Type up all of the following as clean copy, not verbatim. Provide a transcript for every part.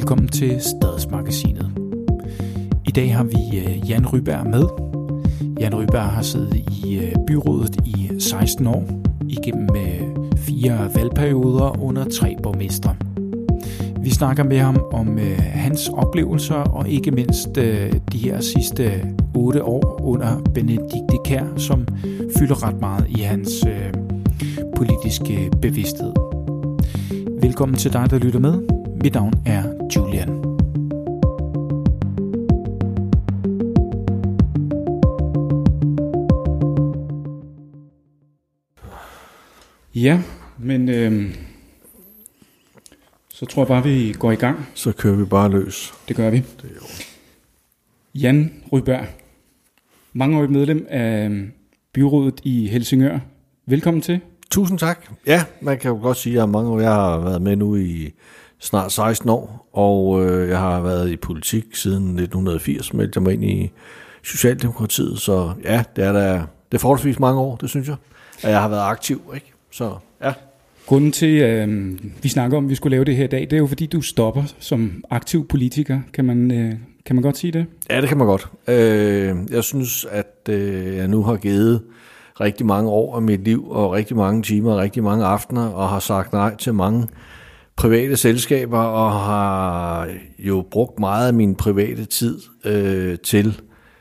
Velkommen til Stadsmagasinet. I dag har vi Jan Ryberg med. Jan Ryberg har siddet i byrådet i 16 år, igennem 4 valgperioder under 3 borgmestre. Vi snakker med ham om hans oplevelser, og ikke mindst de her sidste 8 år under Benedikte Kiær, som fylder ret meget i hans politiske bevidsthed. Velkommen til dig, der lytter med. Mit navn er Julian. Ja, men så tror jeg bare, vi går i gang. Så kører vi bare løs. Det gør vi. Det er jo. Jan Ryberg, mangeårig medlem af byrådet i Helsingør. Velkommen til. Tusind tak. Ja, man kan jo godt sige, at jeg har været med nu i snart 16 år, og jeg har været i politik siden 1980, meldte jeg mig ind i Socialdemokratiet, så ja, det er forholdsvis mange år, det synes jeg, at jeg har været aktiv, ikke? Så ja. Grunden til, at vi snakker om, at vi skulle lave det her i dag, det er jo fordi, du stopper som aktiv politiker. Kan man godt sige det? Ja, det kan man godt. Jeg synes, at jeg nu har givet rigtig mange år af mit liv, og rigtig mange timer, og rigtig mange aftener, og har sagt nej til mange private selskaber, og har jo brugt meget af min private tid til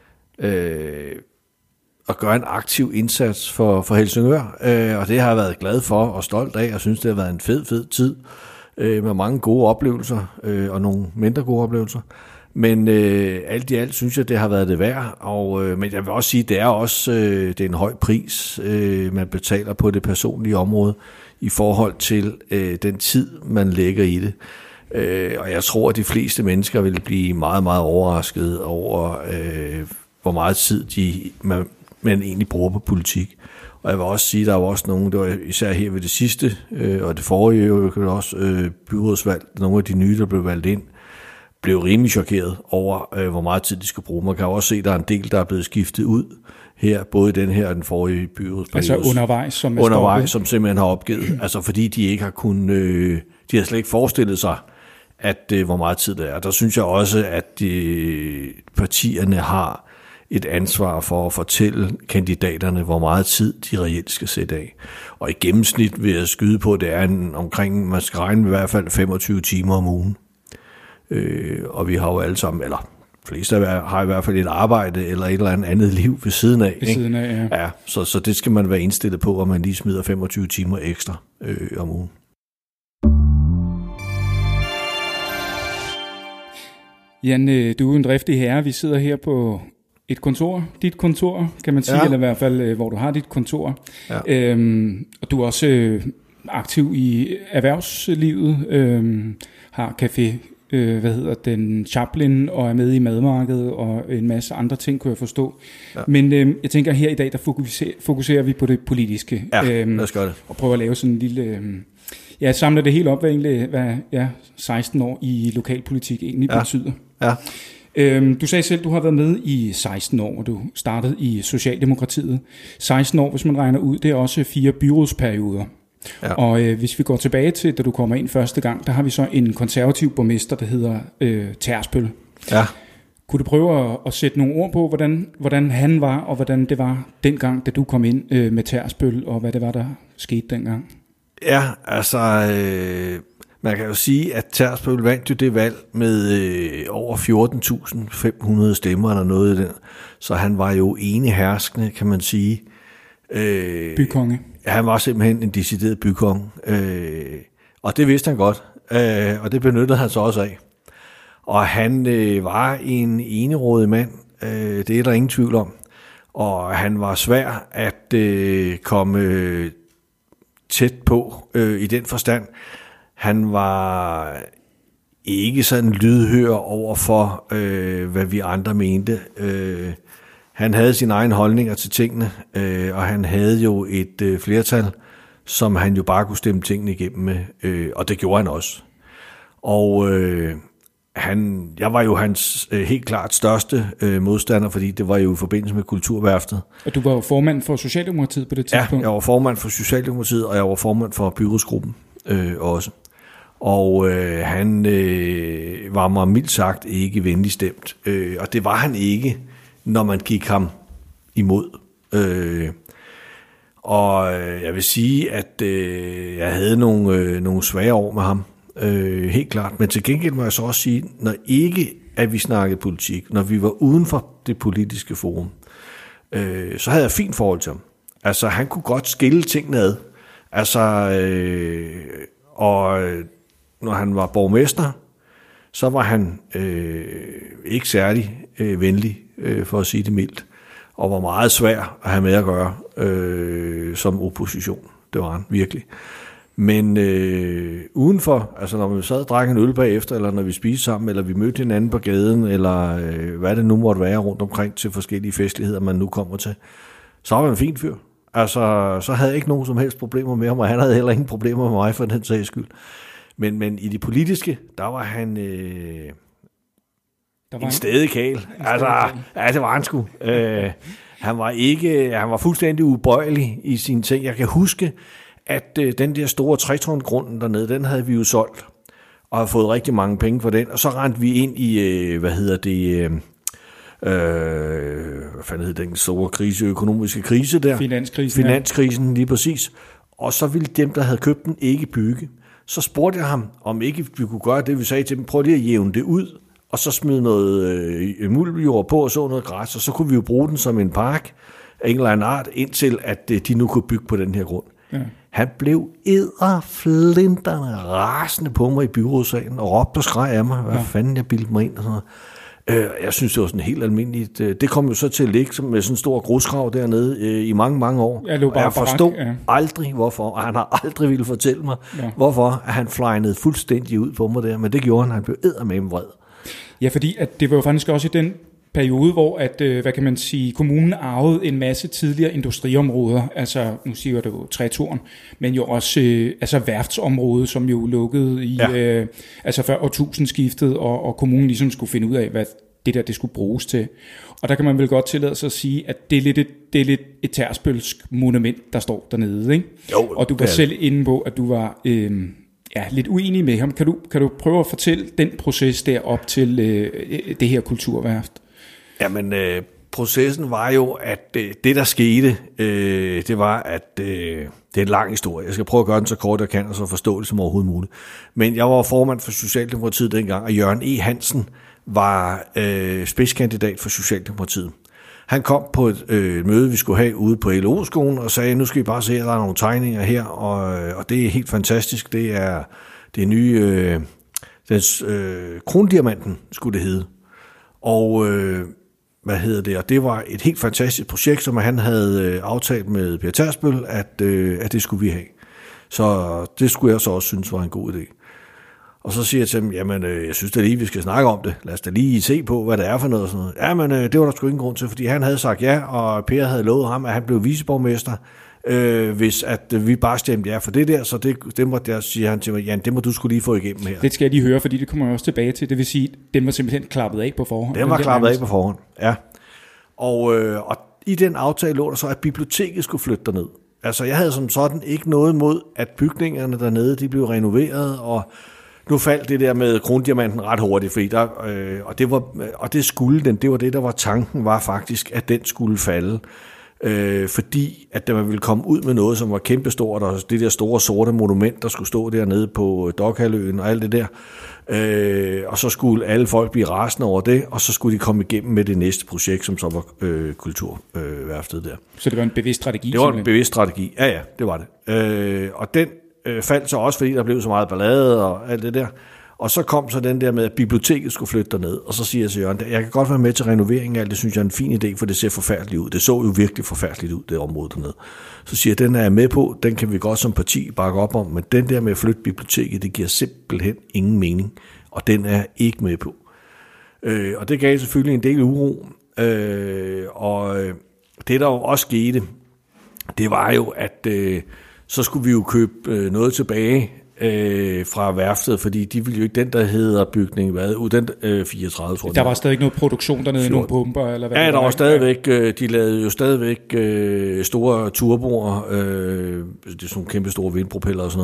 at gøre en aktiv indsats for Helsingør, og det har jeg været glad for og stolt af, og synes, det har været en fed tid med mange gode oplevelser, og nogle mindre gode oplevelser. Men alt i alt synes jeg, det har været det værd, men jeg vil også sige, det er en høj pris, man betaler på det personlige område i forhold til den tid, man lægger i det. Og jeg tror, at de fleste mennesker vil blive meget, meget overrasket over, hvor meget tid man egentlig bruger på politik. Og jeg vil også sige, at der er også nogen, det var især her ved det sidste, og det forrige også byrådsvalg, nogle af de nye, der blev valgt ind, blev rimelig chokeret over, hvor meget tid de skal bruge. Man kan også se, at der er en del, der er blevet skiftet ud her, både den her og den forrige byrådsperiode. Altså undervejs, som simpelthen har opgivet. Altså fordi de ikke har kunnet, de har slet ikke forestillet sig, at hvor meget tid det er. Der synes jeg også, at partierne har et ansvar for at fortælle kandidaterne, hvor meget tid de reelt skal sætte af. Og i gennemsnit vil jeg skyde på, det er omkring, man skal regne i hvert fald 25 timer om ugen. Og vi har jo alle sammen, eller fleste har i hvert fald et arbejde eller et eller andet liv ved siden af. Ved siden af, ja. Ja, så det skal man være indstillet på, at man lige smider 25 timer ekstra om ugen. Jan, du er en driftig herre. Vi sidder her på et kontor, dit kontor, kan man sige, eller i hvert fald, hvor du har dit kontor. Ja. Og du er også aktiv i erhvervslivet, har café, Chaplin, og er med i madmarkedet og en masse andre ting, kunne jeg forstå. Ja. Men jeg tænker, her i dag, der fokuserer vi på det politiske. Ja, lad os gøre det. Og prøver at lave sådan en lille... jeg samler det helt op, hvad 16 år i lokalpolitik egentlig betyder. Ja. Du sagde selv, du har været med i 16 år, og du startede i Socialdemokratiet. 16 år, hvis man regner ud, det er også 4 byrådsperioder. Ja. Og hvis vi går tilbage til, da du kommer ind første gang, der har vi så en konservativ borgmester, der hedder Tærsbøl. Ja. Kunne du prøve at sætte nogle ord på, hvordan han var, og hvordan det var dengang, da du kom ind med Tærsbøl, og hvad det var, der skete dengang? Ja, altså... Man kan jo sige, at Tærsbøl vandt jo det valg med over 14.500 stemmer eller noget i den. Så han var jo eneherskende, kan man sige. Bykonge. Han var simpelthen en decideret bykonge. Og det vidste han godt. Og det benyttede han så også af. Og han var en enerådig mand. Det er der ingen tvivl om. Og han var svær at komme tæt på i den forstand. Han var ikke sådan lydhør over for, hvad vi andre mente. Han havde sine egne holdninger til tingene, og han havde jo et flertal, som han jo bare kunne stemme tingene igennem med, og det gjorde han også. Og jeg var jo hans helt klart største modstander, fordi det var jo i forbindelse med Kulturværftet. Og du var jo formand for Socialdemokratiet på det tidspunkt? Ja, jeg var formand for Socialdemokratiet, og jeg var formand for byrådsgruppen også. Og han var mig mildt sagt ikke venlig stemt. Og det var han ikke, når man gik ham imod. Og jeg vil sige, at jeg havde nogle svære år med ham. Helt klart. Men til gengæld må jeg så også sige, når ikke at vi snakkede politik, når vi var uden for det politiske forum, så havde jeg fint forhold til ham. Altså, han kunne godt skille tingene ad. Altså, og når han var borgmester, så var han ikke særlig venlig, for at sige det mildt, og var meget svær at have med at gøre som opposition. Det var han virkelig. Men udenfor, altså når vi sad og drak en øl bagefter, eller når vi spiste sammen, eller vi mødte hinanden på gaden, eller hvad det nu måtte være rundt omkring til forskellige festligheder, man nu kommer til, så var han en fin fyr. Altså, så havde jeg ikke nogen som helst problemer med ham, og han havde heller ingen problemer med mig for den sags skyld. Men i det politiske, der var han en stedig kæl. Altså, ja, det var han sgu. Han var fuldstændig ubøjelig i sine ting. Jeg kan huske, at den der store trætårngrunden dernede, den havde vi jo solgt, og havde fået rigtig mange penge for den, og så rendte vi ind i, hvad fanden hed den store krise, økonomiske krise der? Finanskrisen, lige præcis. Og så ville dem, der havde købt den, ikke bygge. Så spurgte jeg ham, om ikke vi kunne gøre det, vi sagde til dem, prøv lige at jævne det ud, og så smide noget muldjord på, og så noget græs, og så kunne vi jo bruge den som en park af en eller anden art, indtil at de nu kunne bygge på den her grund. Ja. Han blev edderflinterne rasende på mig i byrådssalen, og råbte og skreg af mig, hvad fanden jeg bildte mig ind og sådan noget. Jeg synes, det var sådan helt almindeligt. Det kom jo så til at ligge med sådan en stor grusgrav dernede i mange, mange år. Og jeg forstod aldrig, hvorfor, og han har aldrig ville fortælle mig, hvorfor han flynede fuldstændig ud på mig der, men det gjorde han blev eddermame vred. Ja, fordi at det var jo faktisk også i den periode, hvor at, hvad kan man sige, kommunen arvede en masse tidligere industriområder, altså nu siger jeg det jo Trætårn, men jo også altså værftsområdet, som jo lukkede i, altså før årtusindskiftet, og kommunen ligesom skulle finde ud af, hvad det der det skulle bruges til. Og der kan man vel godt tillade sig at sige, at det er lidt et Tærsbølsk monument, der står dernede, ikke? Jo, og du var selv inde på, at du var lidt uenig med ham. Kan du prøve at fortælle den proces der op til det her kulturværft? Jamen, processen var jo, at det der skete, det var, at det er en lang historie. Jeg skal prøve at gøre den så kort jeg kan, og så forstå det som overhovedet muligt. Men jeg var formand for Socialdemokratiet dengang, og Jørgen E. Hansen var spidskandidat for Socialdemokratiet. Han kom på et møde, vi skulle have ude på LO-skolen, og sagde, nu skal I bare se, at der er nogle tegninger her, og det er helt fantastisk. Det er nye, krondiamanten, skulle det hedde. Og og det var et helt fantastisk projekt, som han havde aftalt med Per Tærsbøl, at det skulle vi have. Så det skulle jeg så også synes var en god idé. Og så siger jeg til dem, jamen, jeg synes da lige, vi skal snakke om det. Lad os da lige se på, hvad det er for noget og sådan noget. Jamen, det var der sgu ingen grund til, fordi han havde sagt ja, og Per havde lovet ham, at han blev viceborgmester, hvis at vi bare stemte ja for det der, så det må der, siger han til mig, Jan, det må du skulle lige få igennem her. Det skal jeg lige høre, fordi det kommer jeg også tilbage til. Det vil sige, den var simpelthen klappet af på forhånd. Den var klappet af på forhånd, ja. Og i den aftale lå der så, at biblioteket skulle flytte derned. Altså, jeg havde som sådan ikke noget mod, at bygningerne dernede, de blev renoveret, og nu faldt det der med krondiamanten ret hurtigt, fordi det skulle den. Det var det, der var tanken, var faktisk, at den skulle falde. Fordi at man ville komme ud med noget, som var kæmpestort, og det der store sorte monument, der skulle stå dernede på Dokhaløen og alt det der. Og så skulle alle folk blive rasende over det, og så skulle de komme igennem med det næste projekt, som så var kulturværftet der. Så det var en bevidst strategi? Det var en bevidst strategi, ja, det var det. Og den faldt så også, fordi der blev så meget ballade og alt det der. Og så kom så den der med, at biblioteket skulle flytte derned. Og så siger jeg til Jørgen, jeg kan godt være med til renoveringen af alt, det synes jeg er en fin idé, for det ser forfærdeligt ud. Det så jo virkelig forfærdeligt ud, det område dernede. Så siger jeg, den er jeg med på, den kan vi godt som parti bakke op om, men den der med at flytte biblioteket, det giver simpelthen ingen mening. Og den er jeg ikke med på. Og det gav selvfølgelig en del uro. Og det der jo også skete, det var jo, at så skulle vi jo købe noget tilbage fra værftet, fordi de ville jo ikke, den der hedder bygning, den 34, tror jeg. Der var stadig noget produktion dernede, nogle pumper, eller hvad? Ja, der var stadigvæk, de lavede jo stadigvæk store turboer, det er sådan nogle kæmpe store vindpropeller og sådan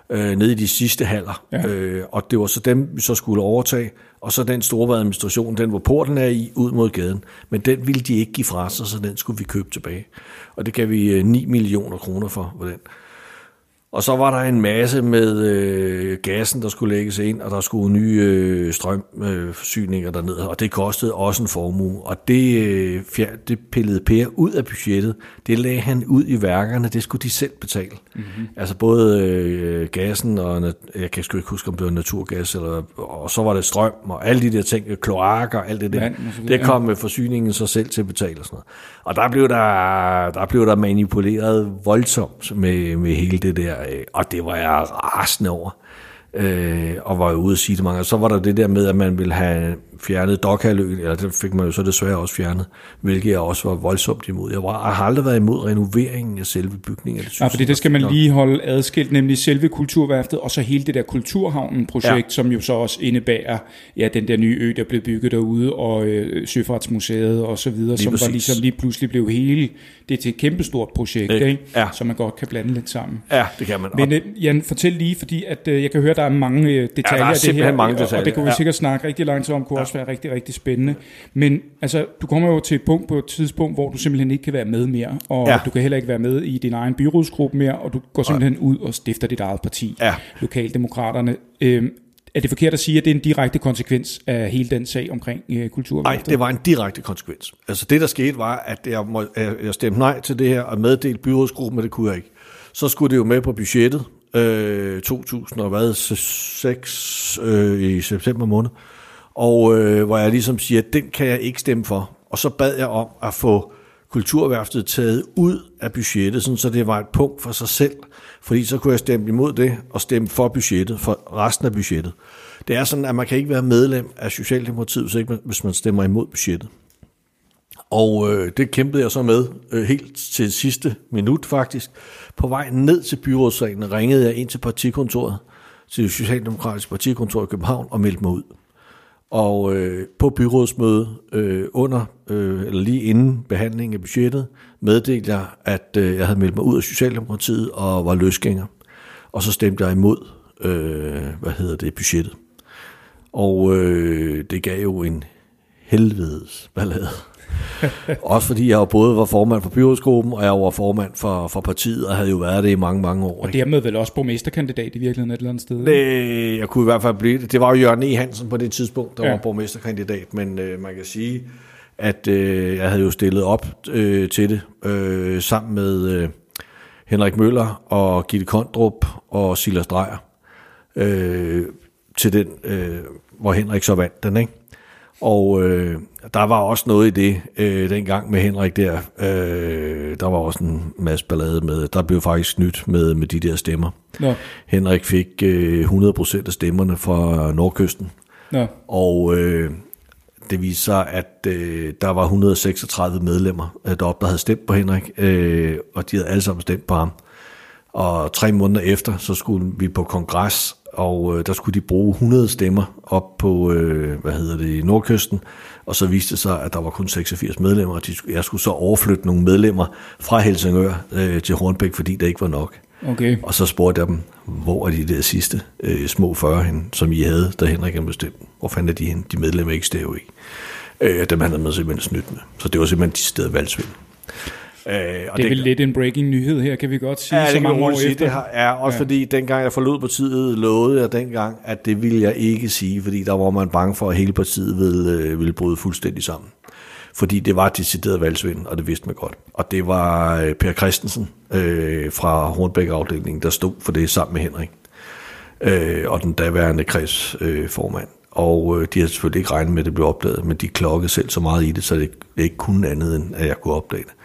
nede i de sidste haller. Ja. Og det var så dem, vi så skulle overtage, og så den store administration, den hvor porten er i, ud mod gaden. Men den ville de ikke give fra sig, så den skulle vi købe tilbage. Og det gav vi 9 millioner kroner for den. Og så var der en masse med gassen, der skulle lægges ind, og der skulle nye strømforsyninger dernede, og det kostede også en formue. Og det pillede Per ud af budgettet. Det lagde han ud i værkerne, det skulle de selv betale. Mm-hmm. Altså både gassen, og jeg kan sgu ikke huske, om det var naturgas, og så var det strøm, og alle de der ting, kloakker, alt det der. Det kom med forsyningen sig selv til at betale og sådan noget. Og der blev der manipuleret voldsomt med hele det der. Og det var jeg rasende over, og var jo ude at sige det mange. Og så var der det der med, at man ville have fjernet Dokhaløen, eller det fik man jo så desværre også fjernet, hvilket jeg også var voldsomt imod. Jeg har aldrig været imod renoveringen af selve bygningen. Ja, fordi det skal man lige holde adskilt, nemlig selve Kulturværftet, og så hele det der Kulturhavnen-projekt, som jo så også indebærer den der nye ø, der blev bygget derude, og Søfartsmuseet og så videre, som var ligesom lige pludselig blev hele, det er til et kæmpestort projekt, ikke? Ja. Som man godt kan blande lidt sammen. Ja, det kan man. Men Jan, fortæl lige, fordi at, jeg kan høre, der er mange detaljer af det her, mange detaljer, og det kunne vi sikkert snakke rigtig langt om, kunne også være rigtig, rigtig spændende. Men altså, du kommer jo til et punkt på et tidspunkt, hvor du simpelthen ikke kan være med mere, og du kan heller ikke være med i din egen byrådsgruppe mere, og du går simpelthen ud og stifter dit eget parti, Lokaldemokraterne. Er det forkert at sige, at det er en direkte konsekvens af hele den sag omkring Kulturværftet? Nej, det var en direkte konsekvens. Altså det, der skete, var, at jeg stemte nej til det her, og meddelte byrådsgruppen, men det kunne jeg ikke. Så skulle det jo med på budgettet 2006 i september måned, og hvor jeg ligesom siger, at den kan jeg ikke stemme for. Og så bad jeg om at få Kulturværftet taget ud af budgettet, sådan så det var et punkt for sig selv, fordi så kunne jeg stemme imod det og stemme for budgettet, for resten af budgettet. Det er sådan, at man kan ikke være medlem af Socialdemokratiet, hvis man stemmer imod budgettet. Og det kæmpede jeg så med helt til sidste minut faktisk. På vej ned til byrådssalen ringede jeg ind til partikontoret, til det Socialdemokratiske partikontor i København, og meldte mig ud. Og på byrådsmødet eller lige inden behandlingen af budgettet, meddelte jeg, at jeg havde meldt mig ud af Socialdemokratiet og var løsgænger. Og så stemte jeg imod budgettet. Og det gav jo en helvedes ballade. Også fordi jeg både var formand for byrådsgruppen, og jeg var formand for partiet, og havde jo været det i mange, mange år. Og dermed vel også borgmesterkandidat i virkeligheden et eller andet sted? Jeg kunne i hvert fald blive det. Det var jo Jørgen E. Hansen på det tidspunkt, der var borgmesterkandidat, men man kan sige, at jeg havde jo stillet op til det, sammen med Henrik Møller og Gitte Kondrup og Silas Dreyer, til den, hvor Henrik så vandt den, ikke? Og der var også noget i det dengang med Henrik der. Der var også en masse ballade med. Der blev faktisk snydt med de der stemmer. Ja. Henrik fik 100% af stemmerne fra Nordkysten. Ja. Og det viste sig, at der var 136 medlemmer deroppe, der havde stemt på Henrik. Og de havde alle sammen stemt på ham. Og 3 måneder efter, så skulle vi på kongres, og der skulle de bruge 100 stemmer op på, Nordkysten, og så viste det sig, at der var kun 86 medlemmer, og jeg skulle så overflytte nogle medlemmer fra Helsingør til Hornbæk, fordi der ikke var nok. Okay. Og så spurgte jeg dem, hvor er de der sidste små 40 hen, som I havde, da Henrik havde bestemt? Hvor fandt er de hen? De medlemmer ikke stæv i. Dem han havde med simpelthen snydt med. Så det var simpelthen de steder valgsvind. Det er vel lidt en breaking nyhed her, kan vi godt sige, ja, så mange år efter. Det er også fordi, dengang jeg forlod partiet, lovede jeg dengang, at det ville jeg ikke sige, fordi der var man bange for, at hele partiet ville bryde fuldstændig sammen. Fordi det var decideret valgsvind, og det vidste man godt. Og det var Per Christensen fra Hornbæk-afdelingen, der stod for det sammen med Henrik, og den daværende kredsformand. Og de havde selvfølgelig ikke regnet med, at det blev opdaget, men de klokkede selv så meget i det, så det ikke kunne andet, end at jeg kunne opdage det.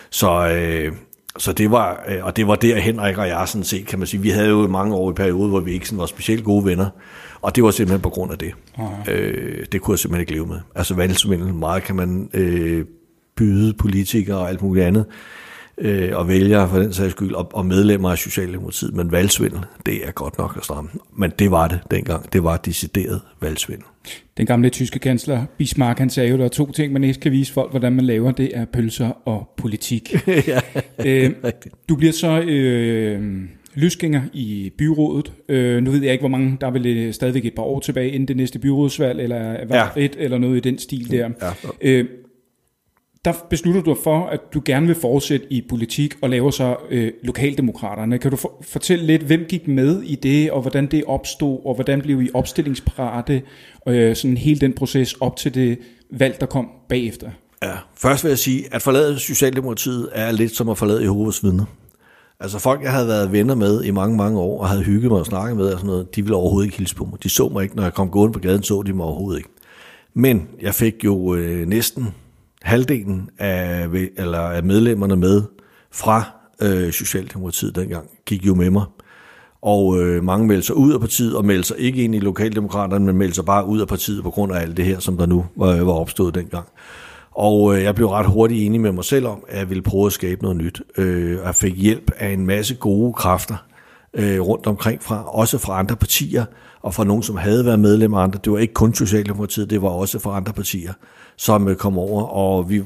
Så det var, og det var der Henrik og jeg sådan set, kan man sige. Vi havde jo mange år i periode, hvor vi ikke sådan var specielt gode venner, og det var simpelthen på grund af det. Det kunne jeg simpelthen ikke leve med. Altså valgsvindel, meget kan man byde politikere og alt muligt andet, og vælgere for den sags skyld, og medlemmer af Socialdemokratiet, men valgsvindel, det er godt nok at stramme. Men det var det dengang. Det var decideret valgsvindel. Den gamle tyske kansler Bismarck, han sagde jo, der er 2 ting, man ikke kan vise folk, hvordan man laver. Det er pølser og politik. Ja, du bliver så løsgænger i byrådet. Nu ved jeg ikke, hvor mange, der er vel stadigvæk et par år tilbage inden det næste byrådsvalg, eller eller noget i den stil der. Ja. Der beslutter du for, at du gerne vil fortsætte i politik og lave så lokaldemokraterne. Kan du fortælle lidt, hvem gik med i det, og hvordan det opstod, og hvordan blev I opstillingsparate, sådan hele den proces op til det valg, der kom bagefter? Ja, først vil jeg sige, at forlade Socialdemokratiet er lidt som at forlade Jehovas vidner. Altså folk, jeg havde været venner med i mange, mange år, og havde hygget mig og snakket med og sådan noget, de ville overhovedet ikke hilse på mig. De så mig ikke, når jeg kom gående på gaden, så de mig overhovedet ikke. Men jeg fik jo næsten halvdelen af medlemmerne med fra Socialdemokratiet dengang, gik jo med mig. Og mange meldte sig ud af partiet, og meldte sig ikke ind i Lokaldemokraterne, men meldte sig bare ud af partiet på grund af alt det her, som der nu var opstået dengang. Og jeg blev ret hurtigt enig med mig selv om, at jeg ville prøve at skabe noget nyt. Jeg fik hjælp af en masse gode kræfter rundt omkring også fra andre partier, og fra nogen, som havde været medlemmer af andre. Det var ikke kun Socialdemokratiet, det var også fra andre partier, som kom over. Og vi,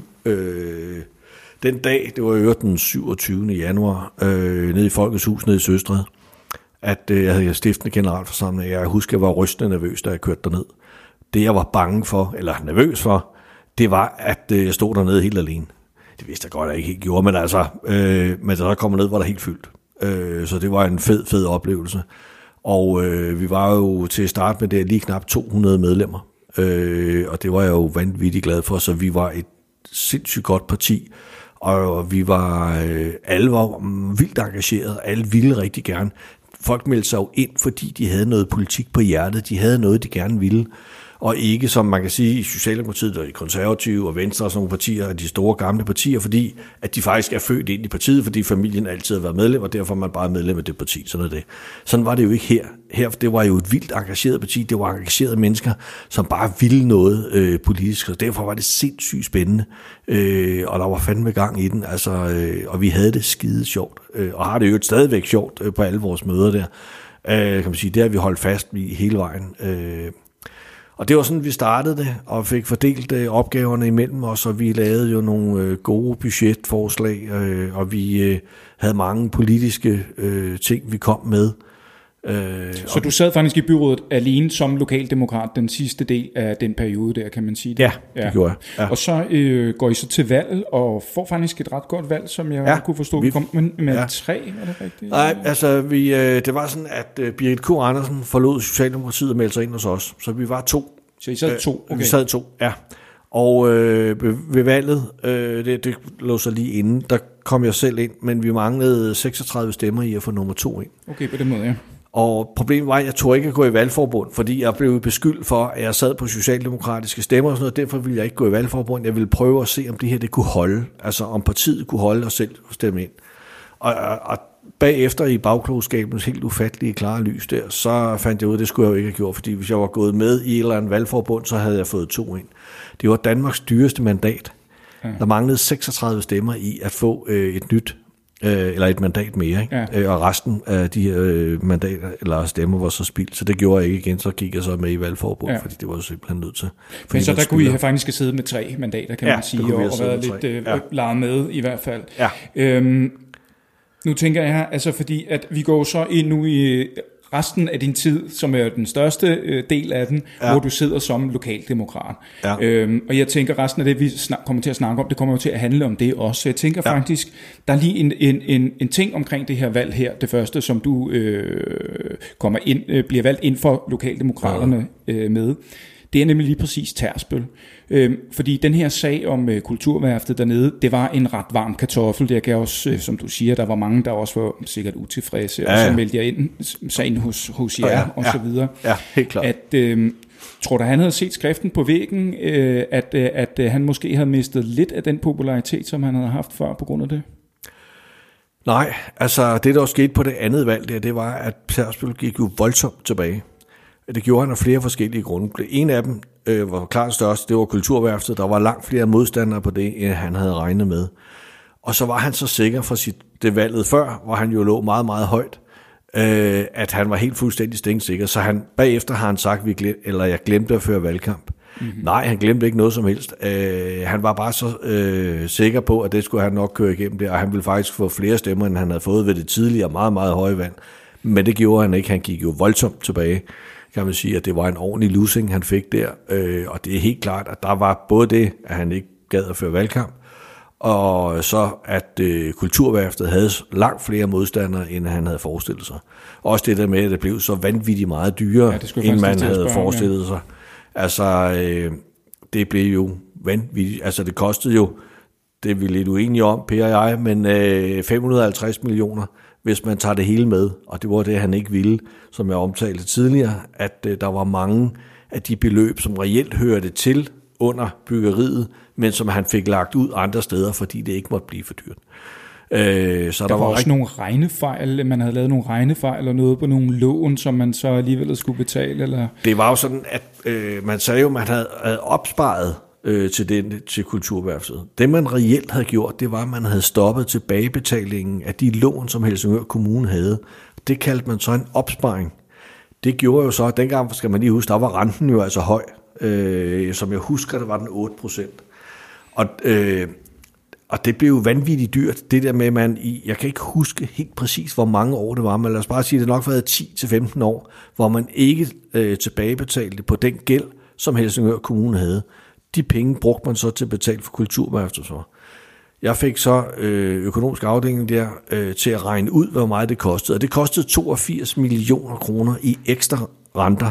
den dag, det var jo den 27. januar, nede i Folkets Hus, nede i Søstred, at jeg havde stiftende generalforsamling. Jeg husker, jeg var rystende nervøs, da jeg kørte derned. Det, jeg var bange for, eller nervøs for, det var, at jeg stod dernede helt alene. Det vidste jeg godt, at jeg ikke helt gjorde, men altså, men da jeg kom ned, var der helt fyldt. Så det var en fed oplevelse. Og vi var jo til at starte med det lige knap 200 medlemmer. Og det var jeg jo vanvittigt glad for, så vi var et sindssygt godt parti. Og vi var, alle var vildt engageret, alle ville rigtig gerne. Folk meldte sig jo ind, fordi de havde noget politik på hjertet, de havde noget, de gerne ville. Og ikke, som man kan sige, i Socialdemokratiet og i Konservative og Venstre og sådan nogle partier, de store gamle partier, fordi at de faktisk er født ind i partiet, fordi familien altid har været medlem, og derfor er man bare medlem af det parti. Sådan var det jo ikke her. Her, det var jo et vildt engageret parti, det var engagerede mennesker, som bare ville noget politisk, og derfor var det sindssygt spændende, og der var fandme gang i den, altså, og vi havde det skide sjovt, og har det jo stadigvæk sjovt på alle vores møder der, kan man sige, det har vi holdt fast i hele vejen. Og det var sådan, vi startede det, og fik fordelt opgaverne imellem os, og vi lavede jo nogle gode budgetforslag, og vi havde mange politiske ting, vi kom med. Så du sad faktisk i byrådet alene som lokaldemokrat den sidste del af den periode der, kan man sige det? Ja, det gjorde jeg. Ja. Og så går I så til valg, og får faktisk et ret godt valg, som jeg kunne forstå. Vi kom med 3, er det rigtigt? Nej, altså det var sådan, at Birgit K. Andersen forlod Socialdemokratiet og meldte sig ind hos os, så vi var 2. Så I sad 2? Okay. Vi sad 2, ja. Og ved valget, det lå så lige inden, der kom jeg selv ind, men vi manglede 36 stemmer i at få nummer 2 ind. Okay, på den måde, ja. Og problemet var, at jeg tog ikke at gå i valgforbund, fordi jeg blev beskyldt for, at jeg sad på socialdemokratiske stemmer og sådan noget. Derfor ville jeg ikke gå i valgforbund. Jeg ville prøve at se, om det her det kunne holde. Altså om partiet kunne holde og selv stemme ind. Og bagefter i bagklogskabens helt ufattelige klare lys der, så fandt jeg ud af, at det skulle jeg jo ikke have gjort. Fordi hvis jeg var gået med i et eller andet valgforbund, så havde jeg fået 2 ind. Det var Danmarks dyreste mandat. Ja. Der manglede 36 stemmer i at få et nyt eller et mandat mere, ikke? Ja. Og resten af de her mandater eller stemmer var så spildt, så det gjorde jeg ikke igen, så gik jeg så med i valgforbund, fordi det var jo simpelthen nødt til. Men så der kunne I have faktisk siddet med 3 mandater, kan man sige, og været lidt leget med i hvert fald. Ja. Nu tænker jeg, altså fordi at vi går så ind nu i resten af din tid, som er den største del af den, hvor du sidder som lokaldemokrat. Ja. Og jeg tænker, resten af det, vi kommer til at snakke om, det kommer jo til at handle om det også. Så jeg tænker faktisk, der er lige en ting omkring det her valg her, det første, som du bliver valgt ind for lokaldemokraterne med. Det er nemlig lige præcis Tærsbøl. Fordi den her sag om kulturværftet dernede, det var en ret varm kartoffel. Det kan også, som du siger, der var mange, der også var sikkert utilfredse, og så meldte jeg ind sagen hos jer, og så videre. Ja, helt klart. Tror du, han havde set skriften på væggen, at han måske havde mistet lidt af den popularitet, som han havde haft før på grund af det? Nej, altså det, der skete på det andet valg, det var, at Tærsbøl gik jo voldsomt tilbage. Det gjorde han af flere forskellige grunde. En af dem var klart størst, det var kulturværftet. Der var langt flere modstandere på det, end han havde regnet med. Og så var han så sikker fra det valget før, hvor han jo lå meget, meget højt, at han var helt fuldstændig stænksikker. Så bagefter har han sagt, jeg glemte at føre valgkamp. Mm-hmm. Nej, han glemte ikke noget som helst. Han var bare så sikker på, at det skulle han nok køre igennem det, og han ville faktisk få flere stemmer, end han havde fået ved det tidligere meget, meget høje valg. Men det gjorde han ikke. Han gik jo voldsomt tilbage, kan man sige, at det var en ordentlig losing, han fik der. Og det er helt klart, at der var både det, at han ikke gad at føre valgkamp, og så at Kulturværftet havde langt flere modstandere, end han havde forestillet sig. Også det der med, at det blev så vanvittigt meget dyrere, end man havde forestillet sig. Altså, det blev jo vanvittigt. Altså, det kostede jo, det er vi lidt uenige om, Per og jeg, men 550 millioner, hvis man tager det hele med. Og det var det, han ikke ville, som jeg omtalte tidligere, at der var mange af de beløb, som reelt hørte til under byggeriet, men som han fik lagt ud andre steder, fordi det ikke måtte blive for dyrt. Så der var også nogle regnefejl, man havde lavet nogle regnefejl eller noget på nogle lån, som man så alligevel skulle betale? Eller? Det var jo sådan, at man sagde jo, at man havde opsparet til Kulturværftet. Det man reelt havde gjort, det var, at man havde stoppet tilbagebetalingen af de lån, som Helsingør Kommune havde. Det kaldte man så en opsparing. Det gjorde jo så, at dengang, skal man lige huske, der var renten jo altså høj. Som jeg husker, det var den 8%. Og det blev jo vanvittigt dyrt, det der med, jeg kan ikke huske helt præcis, hvor mange år det var, men lad os bare sige, at det nok været 10-15 år, hvor man ikke tilbagebetalte på den gæld, som Helsingør Kommune havde. De penge brugte man så til at betale for Kulturværftet. Jeg fik så økonomisk afdeling der til at regne ud, hvor meget det kostede. Og det kostede 82 millioner kroner i ekstra renter,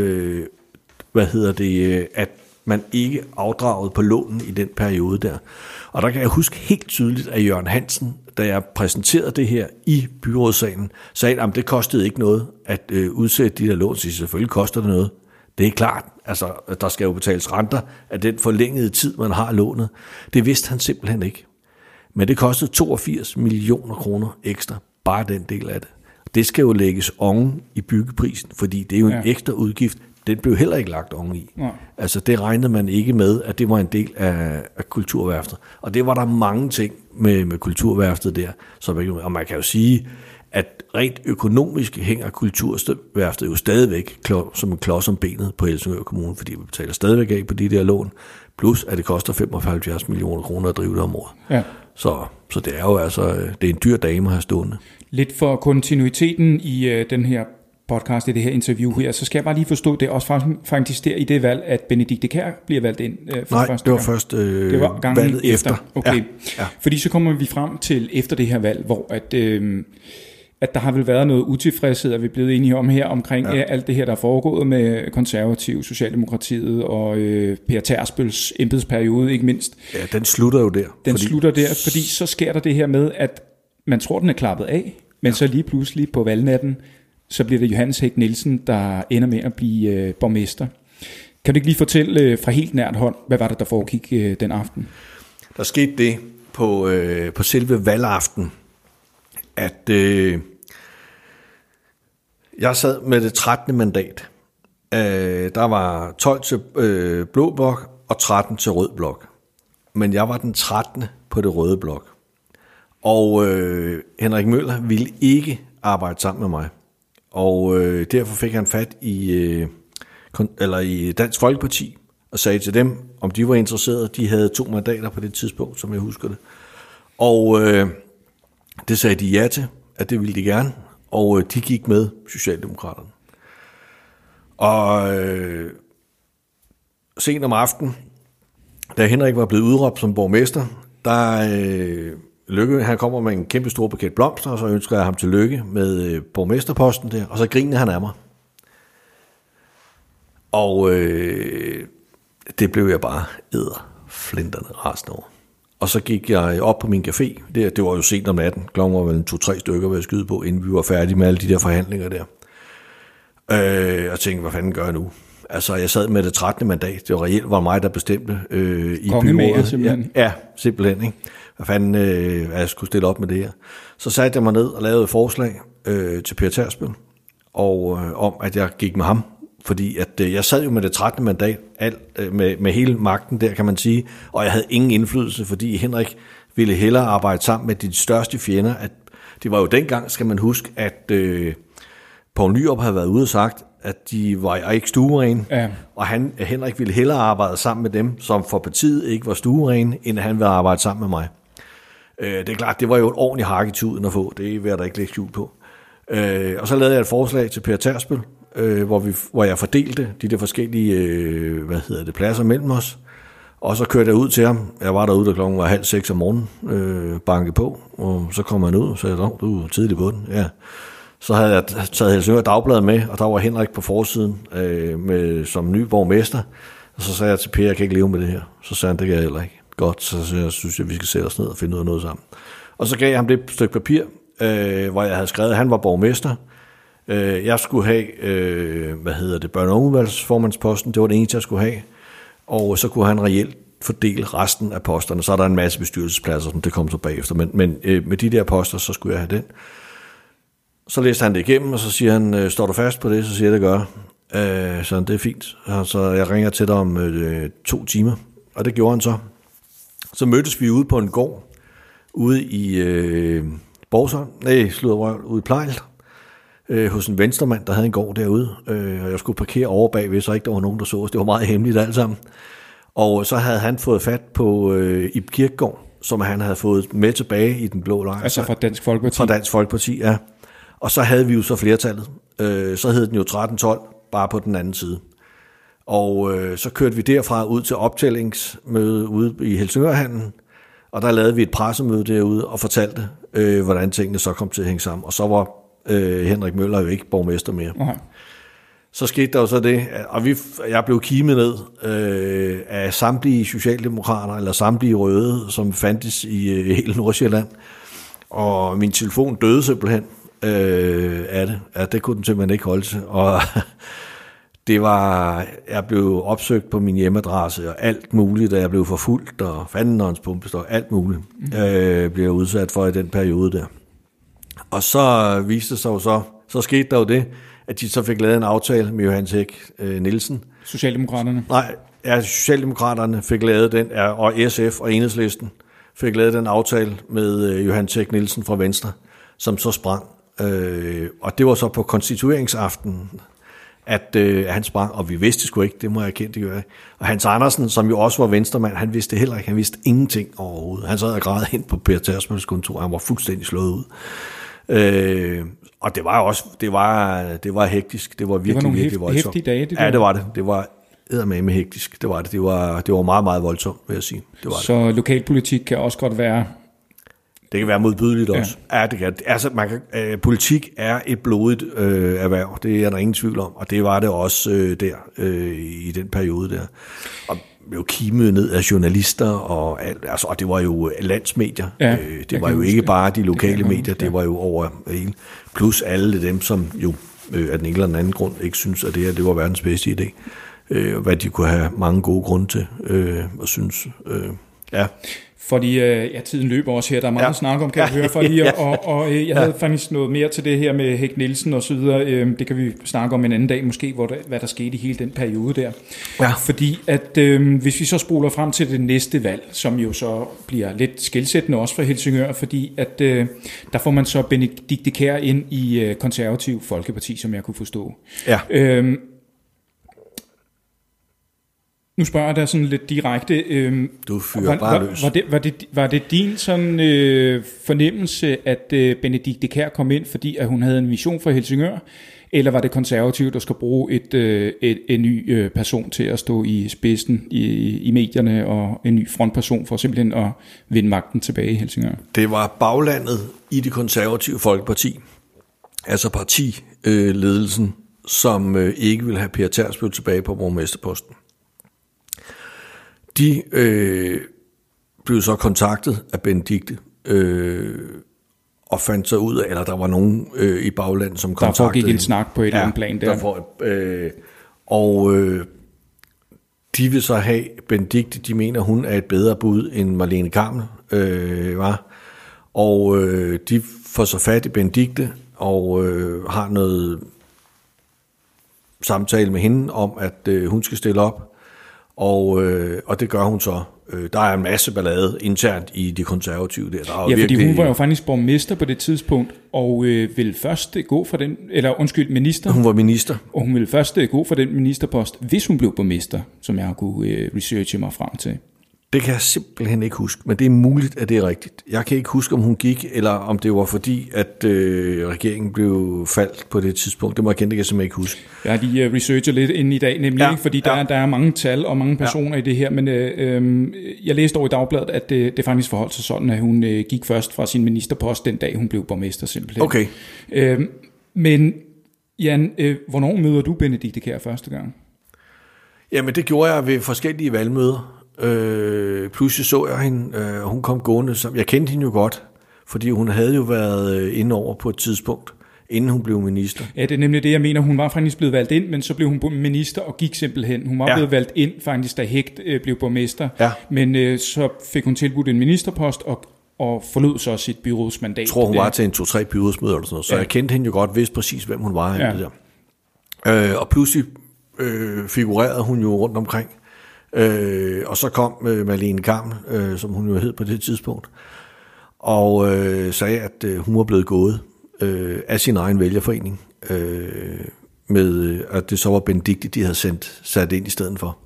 at man ikke afdragede på lånen i den periode der. Og der kan jeg huske helt tydeligt, at Jørgen Hansen, da jeg præsenterede det her i byrådssalen, sagde, at det kostede ikke noget at udsætte de der lån. Så selvfølgelig koster det noget. Det er klart, altså der skal jo betales renter af den forlængede tid, man har lånet. Det vidste han simpelthen ikke. Men det kostede 82 millioner kroner ekstra, bare den del af det. Det skal jo lægges oven i byggeprisen, fordi det er jo en ekstra udgift. Den blev heller ikke lagt oven i. Ja. Altså det regnede man ikke med, at det var en del af Kulturværftet. Og det var der mange ting med Kulturværftet der. Og man kan jo sige, at rent økonomisk hænger Kulturværftet jo stadigvæk som en klods om benet på Helsingør Kommune, fordi vi betaler stadigvæk af på de der lån, plus at det koster 75 millioner kroner at drive det om året. Ja. Så det er jo altså, det er en dyr dame at have stående. Lidt for kontinuiteten i den her podcast, i det her interview her, så skal jeg bare lige forstå, det er også faktisk der i det valg, at Benedikte Kjær bliver valgt ind for Nej, første det var gang. Først det var valget efter. Okay. Ja. Fordi så kommer vi frem til efter det her valg, hvor at der har vel været noget utilfredshed, at vi er blevet enige om her, omkring alt det her, der er foregået med Konservative, Socialdemokratiet og Per Tersbøls embedsperiode, ikke mindst. Ja, den slutter jo der. Slutter der, fordi så sker der det her med, at man tror, den er klappet af, men så lige pludselig på valgnatten, så bliver det Johannes Hæk Nielsen, der ender med at blive borgmester. Kan du ikke lige fortælle fra helt nært hånd, hvad var det, der foregik den aften? Der skete det på selve valgaften, at jeg sad med det 13. mandat. Der var 12 til blå blok og 13 til rød blok. Men jeg var den 13. på det røde blok. Og Henrik Møller ville ikke arbejde sammen med mig. Og derfor fik han fat i Dansk Folkeparti og sagde til dem, om de var interesserede. De havde 2 mandater på det tidspunkt, som jeg husker det. Og det sagde de ja til, at det ville de gerne. Og de gik med Socialdemokraterne. Og sent om aftenen, da Henrik var blevet udråbt som borgmester, der Lykke, han kommer med en kæmpe stor buket blomster, og så ønsker jeg ham tillykke med borgmesterposten der, og så grinede han af mig. Og det blev jeg bare flinterne rasende over. Og så gik jeg op på min café. Det var jo sent om natten. Klokken var vel 2-3 stykker, ved at skyde på, inden vi var færdige med alle de der forhandlinger der. Og tænkte, hvad fanden gør jeg nu? Altså, jeg sad med det 13. mandat. Det var reelt var mig, der bestemte i byrådet. Simpelthen. Ja, simpelthen, ikke? Hvad fanden jeg skulle stille op med det her. Så satte jeg mig ned og lavede et forslag til Per Tersbøl, og om, at jeg gik med ham. Fordi at jeg sad jo med det 13. mandat, med hele magten der, kan man sige, og jeg havde ingen indflydelse, fordi Henrik ville hellere arbejde sammen med de største fjender. At det var jo dengang, skal man huske, at Poul Nyrup havde været ude og sagt, at de var ikke stuerene, og Henrik ville hellere arbejde sammen med dem, som for partiet ikke var stuerene, end han ville arbejde sammen med mig. Det er klart, det var jo et ordentligt hak i tuden at få, det vil jeg da ikke lægge skjul på. Og så lavede jeg et forslag til Per Tersbøl, hvor jeg fordelte de der forskellige pladser mellem os, og så kørte jeg ud til ham. Jeg var derude, da klokken var 5:30 om morgenen, banke på, og så kom han ud og sagde, du er tidlig på den. Ja. Så havde jeg taget Helsingør Dagblad med, og der var Henrik på forsiden som ny borgmester, og så sagde jeg til Per, jeg kan ikke leve med det her. Så sagde han, det kan jeg heller ikke. Godt, så jeg synes jeg, vi skal sætte os ned og finde ud af noget sammen. Og så gav jeg ham det stykke papir, hvor jeg havde skrevet, at han var borgmester. Jeg skulle have, børne- og udvalgsformandsposten, det var det eneste, jeg skulle have. Og så kunne han reelt fordele resten af posterne. Så er der en masse bestyrelsespladser, som det kom så bagefter. Men med de der poster, så skulle jeg have den. Så læste han det igennem, og så siger han, står du fast på det? Så siger jeg, det gør. Så det er fint. Så jeg ringer til dig om 2 timer. Og det gjorde han så. Så mødtes vi ude på en gård, ude i ude i Plejl, hos en venstremand, der havde en gård derude. Og jeg skulle parkere over bagved, så ikke der var nogen, der så os. Det var meget hemmeligt alt sammen. Og så havde han fået fat på Ib Kirkegaard, som han havde fået med tilbage i den blå lejr. Altså fra Dansk Folkeparti? Fra Dansk Folkeparti, ja. Og så havde vi jo så flertallet. Så hed den jo 13-12, bare på den anden side. Og så kørte vi derfra ud til optællingsmøde ude i Helsingørhallen, og der lavede vi et pressemøde derude og fortalte, hvordan tingene så kom til at hænge sammen. Og så var Henrik Møller jo ikke borgmester mere. Okay. Så skete der jo så det, og jeg blev kimet ned af samtlige socialdemokrater, eller samtlige røde, som fandtes i hele Nordsjælland. Og min telefon døde simpelthen af det. Ja, det kunne den simpelthen ikke holde til. Og jeg blev opsøgt på min hjemmeadresse, og alt muligt, da jeg blev forfulgt, og fandenårens pumpestok, alt muligt, blev jeg udsat for i den periode der. Og så viste det sig jo så skete der jo det, at de så fik lavet en aftale med Johannes Hæk Nielsen. Socialdemokraterne? Nej, ja, Socialdemokraterne fik lavet den, og SF og Enhedslisten fik lavet den aftale med Johannes Hæk Nielsen fra Venstre, som så sprang. Og det var så på konstitueringsaften, at han sprang, og vi vidste sgu ikke, det må jeg erkende, det gør jeg. Og Hans Andersen, som jo også var venstremand, han vidste heller ikke, han vidste ingenting overhovedet. Han sad og græd ind på Per Tersbøls kontor, han var fuldstændig slået ud. Og det var også, det var hektisk, det var virkelig, virkelig voldsomt. Hæftige dage, ja, det var det. Det var eddermame hektisk, det var det. Det var meget, meget voldsomt, vil jeg sige. Det var så det. Lokalpolitik kan også godt være... Det kan være modbydeligt også. Ja, det kan. Altså, politik er et blodigt erhverv, det er der ingen tvivl om, og det var det også i den periode der. Og blev kimet ned af journalister, og alt, altså, og det var jo landsmedier. Ja, det var jo ikke bare de lokale medier, det var jo over hele. Plus alle dem, som jo af den ene eller den anden grund ikke synes, at det var verdens bedste idé. Hvad de kunne have mange gode grunde til at synes. Ja. Fordi tiden løber også her, der er meget at snakke om, kan jeg høre, og jeg havde faktisk noget mere til det her med Hæk Nielsen og så videre. Det kan vi snakke om en anden dag måske, hvad der skete i hele den periode der. Ja. Fordi at hvis vi så spoler frem til det næste valg, som jo så bliver lidt skelsættende også for Helsingør, fordi at der får man så Benedikte Kjær ind i Konservativ Folkeparti, som jeg kunne forstå. Ja. Nu spørger jeg dig sådan lidt direkte. Du fyrer bare løs. Var det din sådan fornemmelse, at Benedikte Kjær kom ind, fordi at hun havde en vision for Helsingør? Eller var det Konservativt, der skal bruge en ny person til at stå i spidsen i medierne, og en ny frontperson for simpelthen at vinde magten tilbage i Helsingør? Det var baglandet i det Konservative Folkeparti, altså partiledelsen, som ikke ville have Per Tersbøl tilbage på borgmesterposten. De blev så kontaktet af Benedikte og fandt så ud af, eller der var nogen i baglandet, som kontaktede. Der foregik en snak på et eller andet plan der. De vil så have Benedikte, de mener, hun er et bedre bud end Marlene Karmel var. Og de får så fat i Benedikte og har noget samtale med hende om, at hun skal stille op. Og det gør hun så. Der er en masse ballade internt i de konservative der. Ja, fordi hun var jo faktisk borgmester på det tidspunkt, og ville først gå for den, minister. Hun var minister. Og hun ville først gå for den ministerpost, hvis hun blev borgmester, som jeg har kunne researche mig frem til. Det kan jeg simpelthen ikke huske, men det er muligt, at det er rigtigt. Jeg kan ikke huske, om hun gik, eller om det var fordi, at regeringen blev faldt på det tidspunkt. Det må jeg simpelthen ikke huske. Jeg har lige researchet lidt inden i dag, nemlig ikke, fordi der er mange tal og mange personer i det her, men jeg læste over i Dagbladet, at det faktisk forholdt sig sådan, at hun gik først fra sin ministerpost den dag, hun blev borgmester simpelthen. Okay. Men Jan, hvornår møder du Benedikte Kiær første gang? Jamen, det gjorde jeg ved forskellige valgmøder. Pludselig så jeg hende, og hun kom gående. Jeg kendte hende jo godt, fordi hun havde jo været inde over på et tidspunkt, inden hun blev minister. Ja, det er nemlig det, jeg mener. Hun var faktisk blevet valgt ind, men så blev hun minister og gik simpelthen. Hun var blevet valgt ind faktisk, da Hecht blev borgmester. Ja. Men så fik hun tilbudt en ministerpost og forlod så sit byrådsmandat. Jeg tror, hun var til en 2-3 byrådsmøder eller sådan noget, så jeg kendte hende jo godt, vidste præcis, hvem hun var. Ja. Det der. Og pludselig figurerede hun jo rundt omkring. Og så kom Marlene Kammel, som hun jo hed på det tidspunkt, og sagde, at hun var blevet gået af sin egen vælgerforening, med at det så var Benedikte, de havde sat ind i stedet for.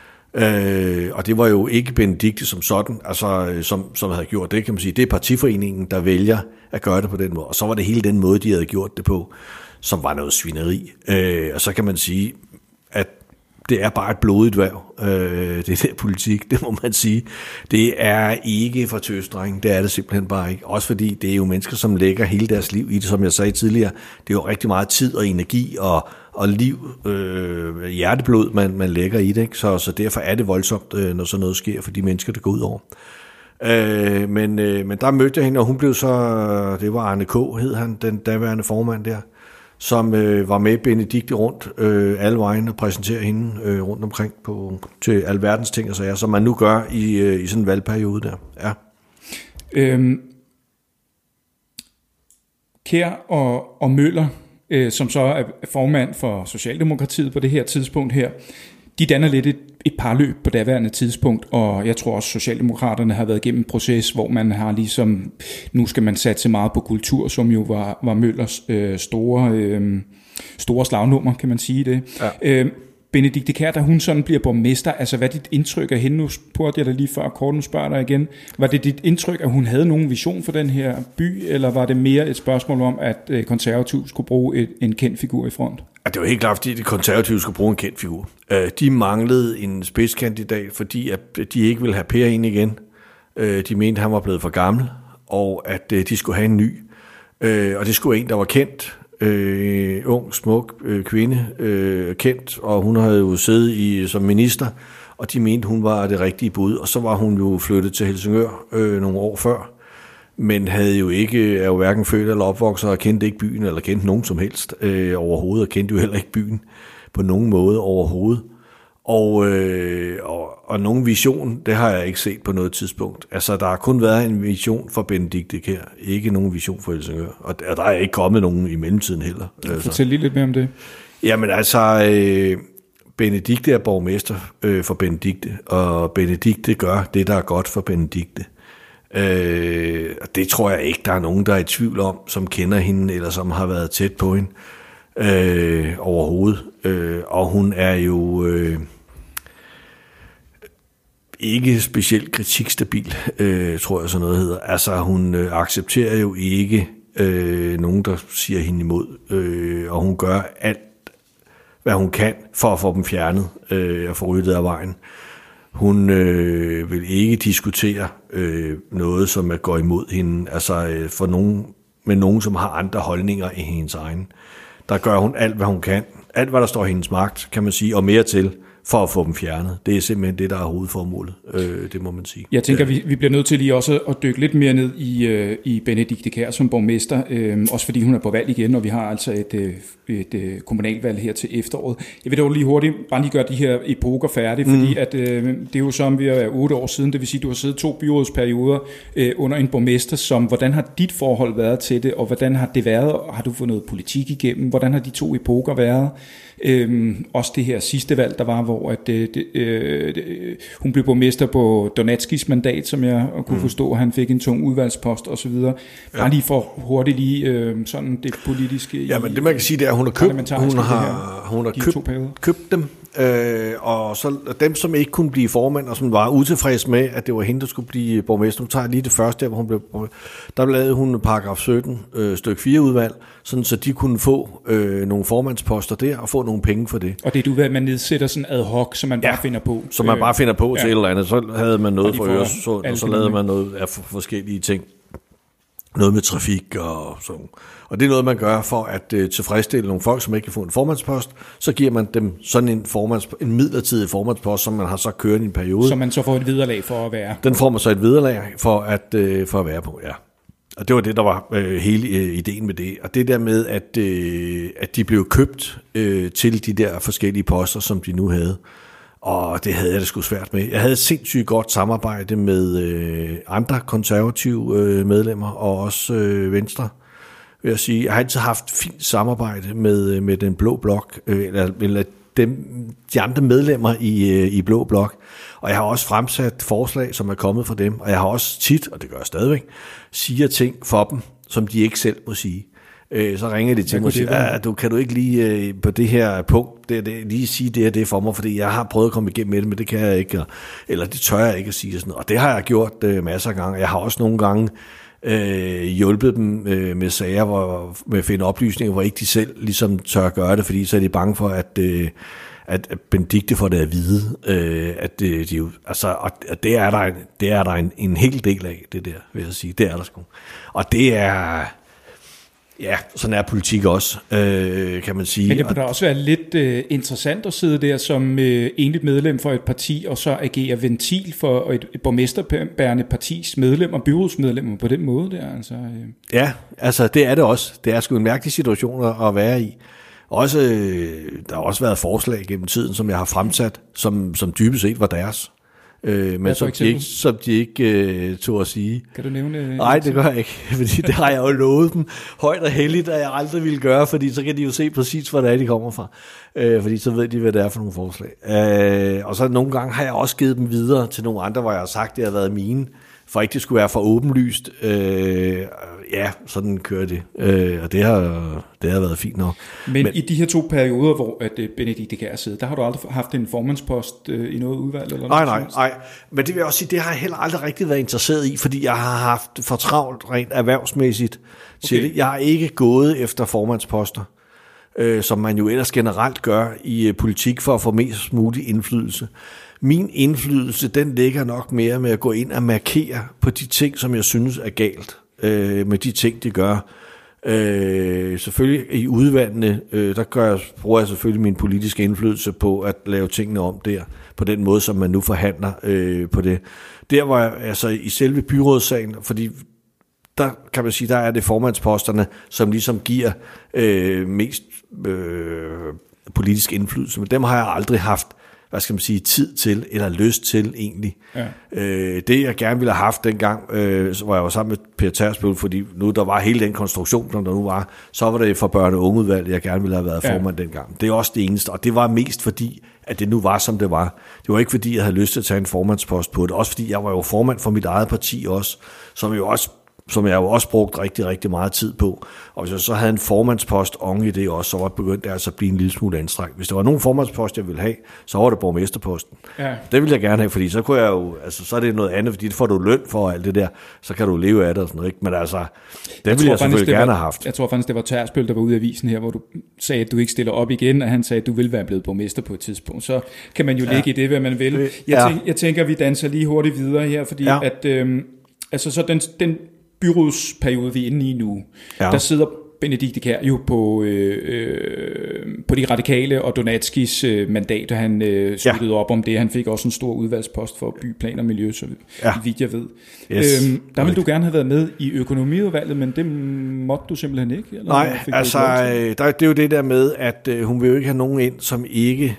Og det var jo ikke Benedikte som sådan, altså som havde gjort det, kan man sige. Det er partiforeningen, der vælger at gøre det på den måde. Og så var det hele den måde, de havde gjort det på, som var noget svineri. Og så kan man sige, at det er bare et blodigt værv, det der politik, det må man sige. Det er ikke for tøsdrenge, det er det simpelthen bare ikke. Også fordi det er jo mennesker, som lægger hele deres liv i det, som jeg sagde tidligere. Det er jo rigtig meget tid og energi og liv, hjerteblod, man lægger i det. Ikke? Så derfor er det voldsomt, når sådan noget sker for de mennesker, det går ud over. Men der mødte jeg hende, og hun blev så, det var Arne K., hed han, den daværende formand der, som var med Benedikte rundt alle vejen og præsentere hende rundt omkring til alverdens ting og sager, som man nu gør i sådan en valgperiode der. Ja. Kiær og Møller, som så er formand for Socialdemokratiet på det her tidspunkt her, de danner lidt et parløb på daværende tidspunkt, og jeg tror også, Socialdemokraterne har været igennem en proces, hvor man har ligesom, nu skal man satse meget på kultur, som jo var Møllers store slagnummer, kan man sige det. Ja. Benedikte Kiær, da hun sådan bliver borgmester, altså hvad er dit indtryk af hende? Nu spurgte jeg dig lige før, kort, nu spørger dig igen. Var det dit indtryk, at hun havde nogen vision for den her by, eller var det mere et spørgsmål om, at konservative skulle bruge en kendt figur i front? Det var helt klart, fordi de konservative skulle bruge en kendt figur. De manglede en spidskandidat, fordi at de ikke ville have Per ind igen. De mente, at han var blevet for gammel, og at de skulle have en ny. Og det skulle være en, der var kendt. Ung, smuk kvinde, kendt, og hun havde jo siddet som minister, og de mente, hun var det rigtige bud. Og så var hun jo flyttet til Helsingør nogle år før, men er jo hverken født eller opvokset og kendte ikke byen, eller kendte nogen som helst overhovedet, og kendte jo heller ikke byen på nogen måde overhovedet. Og nogen vision, det har jeg ikke set på noget tidspunkt. Altså, der har kun været en vision for Benedikte Kiær, ikke nogen vision for Helsingør. Og der er ikke kommet nogen i mellemtiden heller. Fortæl lige lidt mere om det. Jamen altså, Benedikte er borgmester for Benedikte, og Benedikte gør det, der er godt for Benedikte. Og det tror jeg ikke, der er nogen, der er i tvivl om, som kender hende, eller som har været tæt på hende overhovedet. Og hun er jo ikke specielt kritikstabil, tror jeg, sådan noget hedder. Altså, hun accepterer jo ikke nogen, der siger hende imod, og hun gør alt, hvad hun kan, for at få dem fjernet og få ryddet af vejen. Hun vil ikke diskutere noget, som går imod hende, altså med nogen, som har andre holdninger end hendes egen. Der gør hun alt, hvad hun kan. Alt, hvad der står i hendes magt, kan man sige, og mere til, for at få dem fjernet. Det er simpelthen det, der er hovedformålet, det må man sige. Jeg tænker, vi bliver nødt til lige også at dykke lidt mere ned i Benedikte Kiær som borgmester, også fordi hun er på valg igen, og vi har altså et kommunalvalg her til efteråret. Jeg vil dog lige hurtigt bare lige gøre de her epoker færdige, fordi at, det er jo som vi er 8 år siden, det vil sige, at du har siddet 2 byrådsperioder under en borgmester, hvordan har dit forhold været til det, og hvordan har det været? Har du fået noget politik igennem? Hvordan har de 2 epoker været? Også det her sidste valg, der var, hvor at, hun blev borgmester på Donetskis mandat, som jeg kunne forstå, han fik en tung udvalgspost og så videre. Bare lige for hurtigt sådan det politiske. Ja, men det man kan sige, det er, at hun har købt dem. Og så dem, som ikke kunne blive formand, og som var utilfreds med, at det var hende, der skulle blive borgmester. Nu tager jeg lige det første, hvor hun blev borgmester. Der lavede hun paragraf 17, stykke 4 udvalg, sådan så de kunne få nogle formandsposter der, og få nogle penge for det. Og det er et udvalg, man nedsætter sådan ad hoc, som man bare finder på. Som man bare finder på til et eller andet. Så havde man noget for Øresund, og så lavede man noget af forskellige ting. Noget med trafik og sådan. Og det er noget, man gør for at tilfredsstille nogle folk, som ikke kan få en formandspost. Så giver man dem sådan en midlertidig formandspost, som man har så kørt i en periode. Som man så får et vederlag for at være. Den får man så et vederlag for at være på, ja. Og det var det, der var hele ideen med det. Og det der med, at de blev købt til de der forskellige poster, som de nu havde. Og det havde jeg det sgu svært med. Jeg havde et sindssygt godt samarbejde med andre konservative medlemmer, og også Venstre, vil jeg sige. Jeg har altid haft fint samarbejde med den blå blok, eller de andre medlemmer i blå blok. Og jeg har også fremsat forslag, som er kommet fra dem. Og jeg har også tit, og det gør jeg stadigvæk, siger ting for dem, som de ikke selv må sige. Så ringer de til mig og siger, kan du ikke lige på det her punkt, lige sige det for mig, fordi jeg har prøvet at komme igennem med det, men det kan jeg ikke, eller det tør jeg ikke at sige. Sådan noget. Og det har jeg gjort masser af gange. Jeg har også nogle gange hjulpet dem med sager, med at finde oplysninger, hvor ikke de selv ligesom tør gøre det, fordi så er de bange for, at Benedikte får det at vide, at de jo, altså, og det er der en hel del af, det der, vil jeg sige. Det er der sgu. Og det er... Ja, sådan er politik også, kan man sige. Men det må da også være lidt interessant at sidde der som enligt medlem for et parti, og så agere ventil for et borgmesterbærende partis medlem og byrådsmedlemmer på den måde der. Altså, Ja, altså det er det også. Det er sgu en mærkelig situation at være i. Også, der har også været forslag gennem tiden, som jeg har fremsat, som dybest set var deres. Men som de ikke tog at sige. Kan du nævne? Nej, det gør jeg ikke, fordi det har jeg jo lovet dem højt og heldigt, at jeg aldrig ville gøre, fordi så kan de jo se præcis, hvor det er, de kommer fra. Fordi så ved de, hvad det er for nogle forslag. Og så nogle gange har jeg også givet dem videre til nogle andre, hvor jeg har sagt, at det har været mine, for ikke det skulle være for åbenlyst. Ja, sådan kører det. Og det har været fint nok. Men i de her 2 perioder, hvor at Benedikte Kjær sidder, der har du aldrig haft en formandspost i noget udvalg? Eller Nej. Men det vil jeg også sige, det har jeg heller aldrig rigtig været interesseret i, fordi jeg har haft for travlt rent erhvervsmæssigt til det. Jeg har ikke gået efter formandsposter, som man jo ellers generelt gør i politik for at få mest mulig indflydelse. Min indflydelse, den ligger nok mere med at gå ind og markere på de ting, som jeg synes er galt med de ting, de gør. Selvfølgelig i udvalgene, bruger jeg selvfølgelig min politiske indflydelse på at lave tingene om der, på den måde, som man nu forhandler på det. Der var jeg altså i selve byrådssagen, fordi der kan man sige, der er det formandsposterne, som ligesom giver mest politisk indflydelse, men dem har jeg aldrig haft, hvad skal man sige, tid til, eller lyst til egentlig. Ja. Det jeg gerne ville have haft dengang, så var jeg jo sammen med Per Tersbøl, fordi nu der var hele den konstruktion, som der nu var, så var det for børne- og ungeudvalg, jeg gerne ville have været formand dengang. Det er også det eneste, og det var mest fordi, at det nu var, som det var. Det var ikke fordi, jeg havde lyst til at tage en formandspost på det, også fordi jeg var jo formand for mit eget parti også, som jeg jo også brugt rigtig, rigtig meget tid på. Og hvis jeg så havde en formandspost oven i det også, så var det begyndt altså at blive en lille smule anstrengt. Hvis der var nogen formandspost, jeg ville have, så var det borgmesterposten. Ja. Det ville jeg gerne have, fordi så kunne jeg jo, altså så er det noget andet, fordi det får du løn for alt det der, så kan du leve af det og sådan noget, ikke? Men altså, det ville jeg selvfølgelig gerne have haft. Jeg tror faktisk, det var Tersbøl, der var ude af avisen her, hvor du sagde, at du ikke stiller op igen, og han sagde, at du ville være blevet borgmester på et tidspunkt. Så kan man jo ligge i det, hvad man vil. Jeg tænker, vi danser lige hurtigt videre her, fordi at, altså så den byrådsperiode, vi er inde i nu, der sidder Benedikte Kjær jo på de radikale og Donetskis mandat, og han sluttede op om det. Han fik også en stor udvalgspost for byplan og miljø, så vidt jeg ved. Yes. Der ville du gerne have været med i økonomiudvalget, men det måtte du simpelthen ikke? Eller nej, altså det er jo det der med, at hun vil jo ikke have nogen ind, som ikke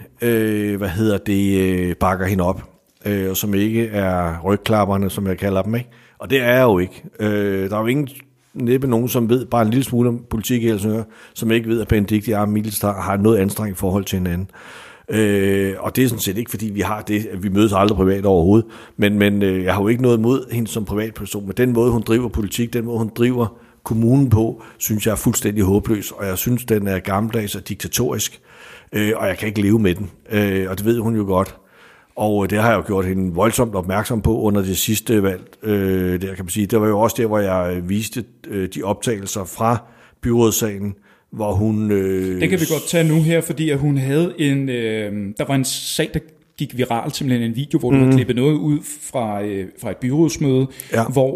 bakker hende op, og som ikke er rygklapperne, som jeg kalder dem, ikke? Og det er jeg jo ikke. Der er jo ingen næppe nogen, som ved bare en lille smule om politik i Helsingør, som ikke ved, at Benedikte og Middelstar har noget anstrengt forhold til hinanden. Og det er sådan set ikke, fordi vi har det, at vi mødes aldrig privat overhovedet, men jeg har jo ikke noget imod hende som privatperson, men den måde, hun driver politik, den måde, hun driver kommunen på, synes jeg er fuldstændig håbløs, og jeg synes, den er gammeldags og diktatorisk, og jeg kan ikke leve med den, og det ved hun jo godt. Og det har jeg jo gjort hende voldsomt opmærksom på under det sidste valg. Der kan man sige. Det var jo også der, hvor jeg viste de optagelser fra byrådssalen, hvor hun... Det kan vi godt tage nu her, fordi at hun havde en... der var en sag, der gik viralt, simpelthen en video, hvor du har klippet noget ud fra et byrådsmøde, hvor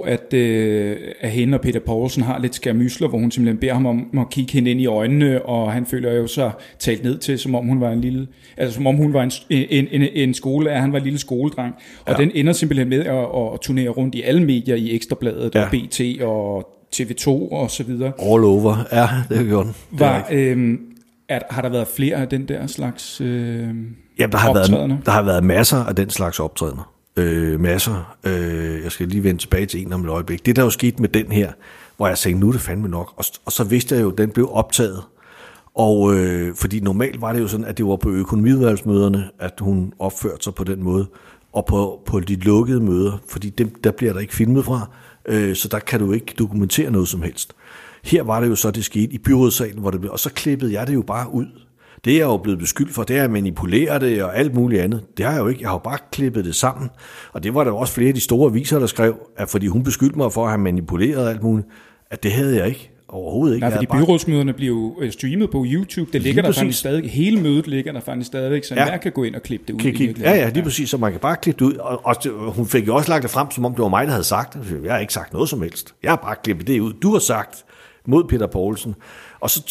at hende og Peter Poulsen har lidt skærmysler, hvor hun simpelthen beder ham om at kigge hende ind i øjnene, og han føler jo så talt ned til, som om hun var en lille, altså som om hun var en skolelærer, han var en lille skoledreng, og den ender simpelthen med at turnere rundt i alle medier, i Ekstrabladet og BT og TV2 og så videre. All over, ja, det har gjort den. Har der været flere af den der slags ja, der har været masser af den slags optrædener. Masser. Jeg skal lige vende tilbage til en om et øjeblik. Det der jo skete med den her, hvor jeg tænkte, nu er det fandme nok. Og så vidste jeg jo, at den blev optaget. Og fordi normalt var det jo sådan, at det var på økonomiudvalgsmøderne, at hun opførte sig på den måde. Og på de lukkede møder, fordi der bliver der ikke filmet fra. Så der kan du ikke dokumentere noget som helst. Her var det jo så, det skete i byrådssalen, hvor det blev, og så klippede jeg det jo bare ud. Det er jeg jo blevet beskyldt for, det er at manipulere det og alt muligt andet. Det har jeg jo ikke, jeg har jo bare klippet det sammen. Og det var der også flere af de store aviser, der skrev, at fordi hun beskyldte mig for at have manipuleret alt muligt, at det havde jeg ikke. Overhovedet ikke. Nej, fordi byrådsmøderne bliver jo streamet på YouTube. Det ligger der faktisk stadig. Hele mødet ligger der faktisk stadigvæk, så jeg kan gå ind og klippe det ud. Ja, lige præcis, så man kan bare klippe det ud. Og hun fik jo også lagt det frem, som om det var mig, der havde sagt det. Jeg har ikke sagt noget som helst. Jeg har bare klippet det ud. Du har sagt mod Peter Poulsen. Og så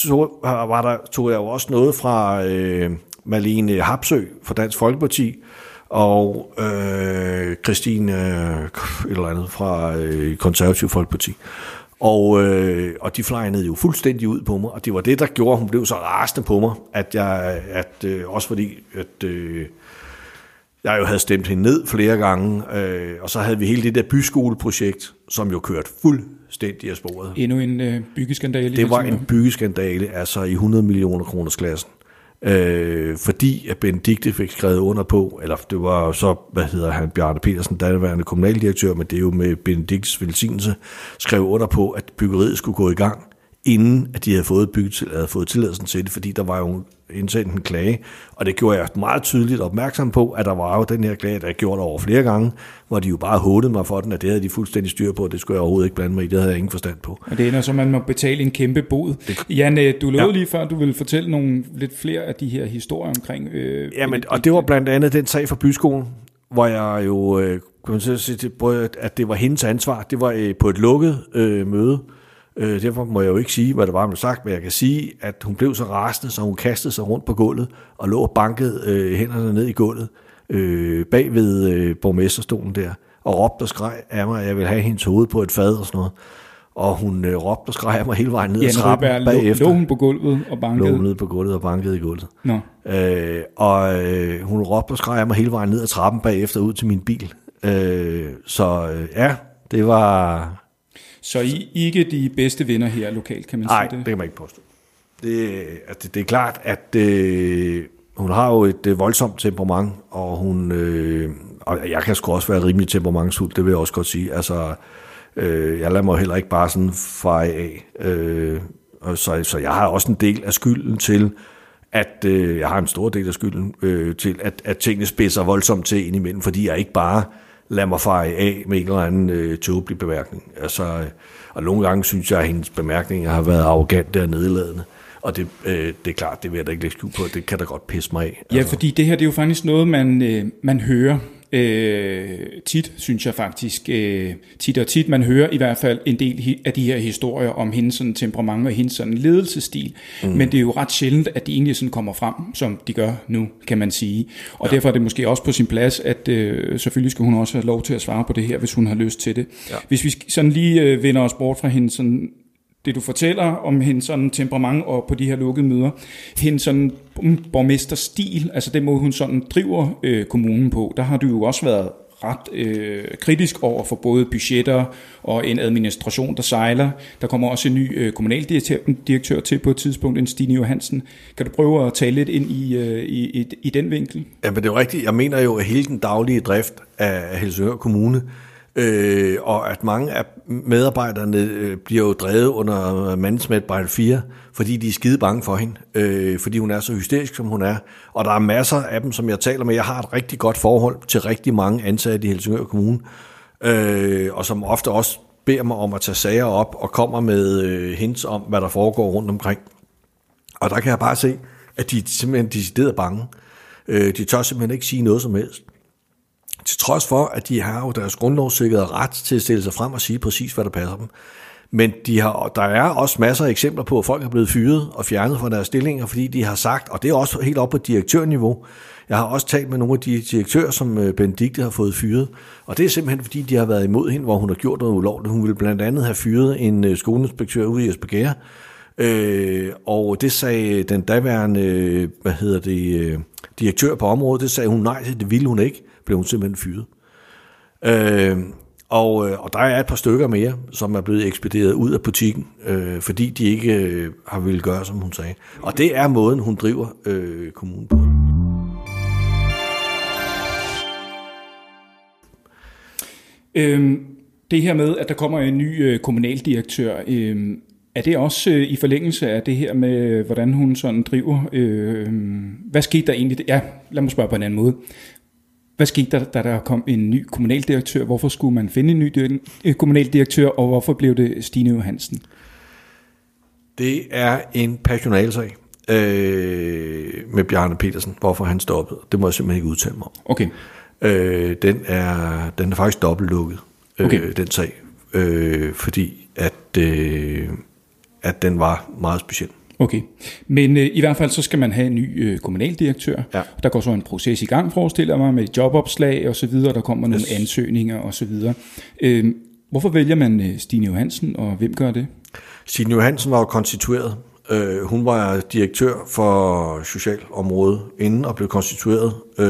tog jeg jo også noget fra Marlene Harpsøe fra Dansk Folkeparti, og Christine et eller andet fra Konservativ Folkeparti. Og de flejnede jo fuldstændig ud på mig, og det var det, der gjorde, at hun blev så rasende på mig, også fordi, at jeg jo havde stemt hende ned flere gange, og så havde vi hele det der byskoleprojekt, som jo kørte fuldstændig af sporet. Endnu en byggeskandale. Det var en byggeskandale, altså i 100 millioner kroners klassen. Fordi at Benedikte fik skrevet under på, eller det var så, Bjarne Petersen, daværende kommunaldirektør, men det er jo med Benediktes velsignelse, skrev under på, at byggeriet skulle gå i gang, inden at de havde fået tilladelsen til det, fordi der var jo indsendt en klage, og det gjorde jeg meget tydeligt opmærksom på, at der var jo den her klage, der jeg gjorde over flere gange, hvor de jo bare hånede mig for den, at det havde de fuldstændig styr på, og det skulle jeg overhovedet ikke blande mig i, det havde jeg ingen forstand på. Og det ender så, man må betale en kæmpe bod. Jan, du lovede lige før, du ville fortælle nogle lidt flere af de her historier omkring... Jamen, og det var blandt andet den sag fra byskolen, hvor jeg jo kunne sige, at det var hendes ansvar. Det var på et lukket møde. Derfor må jeg jo ikke sige, hvad der var, sagt, men jeg kan sige, at hun blev så rasende, så hun kastede sig rundt på gulvet og lå og bankede hænderne ned i gulvet bag ved borgmesterstolen der, og råbte og skreg af mig, at jeg ville have hendes hoved på et fad og sådan noget. Og hun råbte og skreg af mig hele vejen ned ad trappen bagefter. Lå hun på gulvet og bankede? Lå hun ned på gulvet og bankede i gulvet. Nå. Hun råbte og skreg af mig hele vejen ned ad trappen bagefter ud til min bil. Det var... Så I ikke de bedste venner her lokalt, kan man sige det? Nej, det kan man ikke påstå. Det er klart, at hun har jo et voldsomt temperament, og og jeg kan sgu også være rimelig temperamentsfuld, det vil jeg også godt sige. Altså, jeg lader mig heller ikke bare sådan feje af. Så jeg har også en del af skylden til, at jeg har en stor del af skylden til, at tingene spidser voldsomt til indimellem, fordi jeg ikke bare lader mig feje af med en eller anden tåbelig bemærkning. Altså, og nogle gange synes jeg, at hendes bemærkninger har været arrogante og nedladende. Og det er klart, det vil jeg da ikke lægge skjul på. Det kan da godt pisse mig af. Ja, fordi det her, det er jo faktisk noget, man hører tit, synes jeg faktisk. Tit, man hører i hvert fald en del af de her historier om hendes sådan temperament og hendes sådan ledelsesstil. Men det er jo ret sjældent, at de egentlig sådan kommer frem, som de gør nu, kan man sige. Og derfor er det måske også på sin plads, at selvfølgelig skal hun også have lov til at svare på det her, hvis hun har lyst til det. Ja. Hvis vi sådan lige vender os bort fra hendes sådan... Det du fortæller om hendes sådan temperament og på de her lukkede møder, hendes sådan borgmesterstil, altså den måde hun sådan driver kommunen på, der har du jo også været ret kritisk over for både budgetter og en administration, der sejler. Der kommer også en ny kommunaldirektør til på et tidspunkt, en Stine Johansen. Kan du prøve at tale lidt ind i den vinkel? Ja, men det er jo rigtigt. Jeg mener jo, at hele den daglige drift af Helsingør Kommune, og at mange af medarbejderne bliver jo drevet under mandsmedarbejde 4, fordi de er skide bange for hende, fordi hun er så hysterisk, som hun er. Og der er masser af dem, som jeg taler med. Jeg har et rigtig godt forhold til rigtig mange ansatte i Helsingør Kommune, og som ofte også beder mig om at tage sager op og kommer med hints om, hvad der foregår rundt omkring. Og der kan jeg bare se, at de er simpelthen decideret bange. De tør simpelthen ikke sige noget som helst. Til trods for, at de har jo deres grundlovssikrede ret til at stille sig frem og sige præcis, hvad der passer dem. Men der er også masser af eksempler på, at folk er blevet fyret og fjernet fra deres stillinger, fordi de har sagt, og det er også helt op på direktørniveau. Jeg har også talt med nogle af de direktører, som Benedikte har fået fyret, og det er simpelthen, fordi de har været imod hende, hvor hun har gjort noget ulovligt. Hun ville blandt andet have fyret en skoleinspektør ude i Espergærde, og det sagde den daværende, direktør på området, det sagde hun nej til, det ville hun ikke, blev hun simpelthen fyret. Og der er et par stykker mere, som er blevet ekspederet ud af butikken, fordi de ikke har ville gøre, som hun sagde. Og det er måden, hun driver kommunen på. Det her med, at der kommer en ny kommunaldirektør, er det også i forlængelse af det her med, hvordan hun sådan driver? Hvad skete der egentlig? Ja, lad mig spørge på en anden måde. Hvad skete der, da der kom en ny kommunaldirektør? Hvorfor skulle man finde en ny kommunaldirektør, og hvorfor blev det Stine Johansen? Det er en personalsag med Bjarne Petersen, hvorfor han stoppede. Det må jeg simpelthen ikke udtale mig om. Okay. Den er faktisk dobbeltlukket, den sag, fordi at den var meget speciel. Okay, men i hvert fald så skal man have en ny kommunaldirektør. Ja. Der går så en proces i gang, forestiller mig, med jobopslag og så videre. Der kommer nogle ansøgninger og så videre. Hvorfor vælger man Stine Johansen, og hvem gør det? Stine Johansen var jo konstitueret. Hun var direktør for socialområdet inden og blev konstitueret